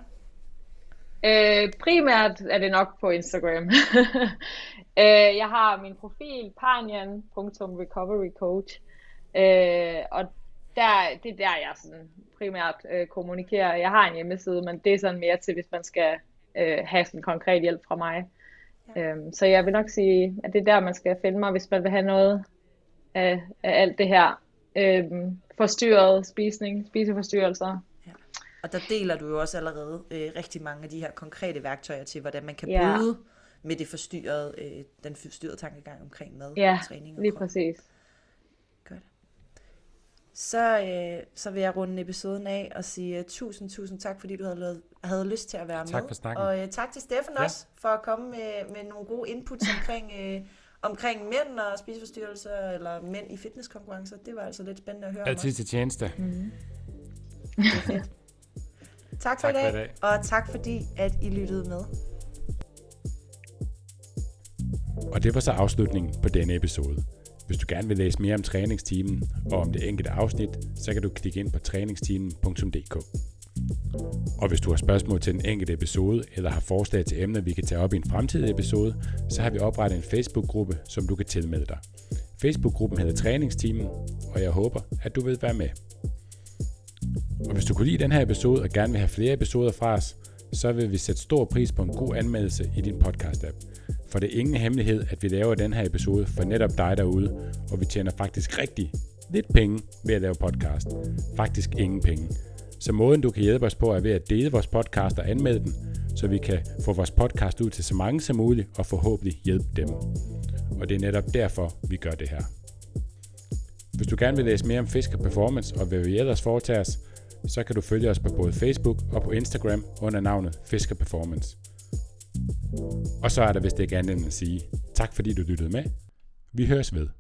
Primært er det nok på Instagram. Jeg har min profil, panjan.recoverycoach. Og det er der, jeg sådan primært kommunikerer. Jeg har en hjemmeside, men det er sådan mere til, hvis man skal have sådan konkret hjælp fra mig. Ja. Så jeg vil nok sige, at det er der, man skal finde mig, hvis man vil have noget af alt det her forstyrret spiseforstyrrelser. Ja. Og der deler du jo også allerede rigtig mange af de her konkrete værktøjer til, hvordan man kan bryde med det den forstyrrede tankegang omkring mad og træning. Ja, lige præcis. Godt. Så vil jeg runde episoden af og sige tusind tak, fordi du havde lyst til at være med. Tak for snakken. Og tak til Steffen også for at komme med nogle gode inputs omkring mænd og spiseforstyrrelser, eller mænd i fitnesskonkurrencer. Det var altså lidt spændende at høre. Altid til tjeneste. Mm-hmm. Det er fedt. Tak for i dag, og tak fordi, at I lyttede med. Og det var så afslutningen på denne episode. Hvis du gerne vil læse mere om træningsteamen og om det enkelte afsnit, så kan du klikke ind på træningsteamen.dk. Og hvis du har spørgsmål til den enkelte episode, eller har forslag til emner, vi kan tage op i en fremtidig episode, så har vi oprettet en Facebook-gruppe, som du kan tilmelde dig. Facebook-gruppen hedder Træningsteamen, og jeg håber, at du vil være med. Og hvis du kunne lide den her episode og gerne vil have flere episoder fra os, så vil vi sætte stor pris på en god anmeldelse i din podcast-app. For det er ingen hemmelighed, at vi laver den her episode for netop dig derude, og vi tjener faktisk rigtig lidt penge ved at lave podcast. Faktisk ingen penge. Så måden du kan hjælpe os på er ved at dele vores podcast og anmelde den, så vi kan få vores podcast ud til så mange som muligt og forhåbentlig hjælpe dem. Og det er netop derfor, vi gør det her. Hvis du gerne vil læse mere om Fisker Performance og hvad vi ellers foretager os, så kan du følge os på både Facebook og på Instagram under navnet Fisker Performance. Og så er der vist ikke andet end at sige tak fordi du lyttede med. Vi høres ved.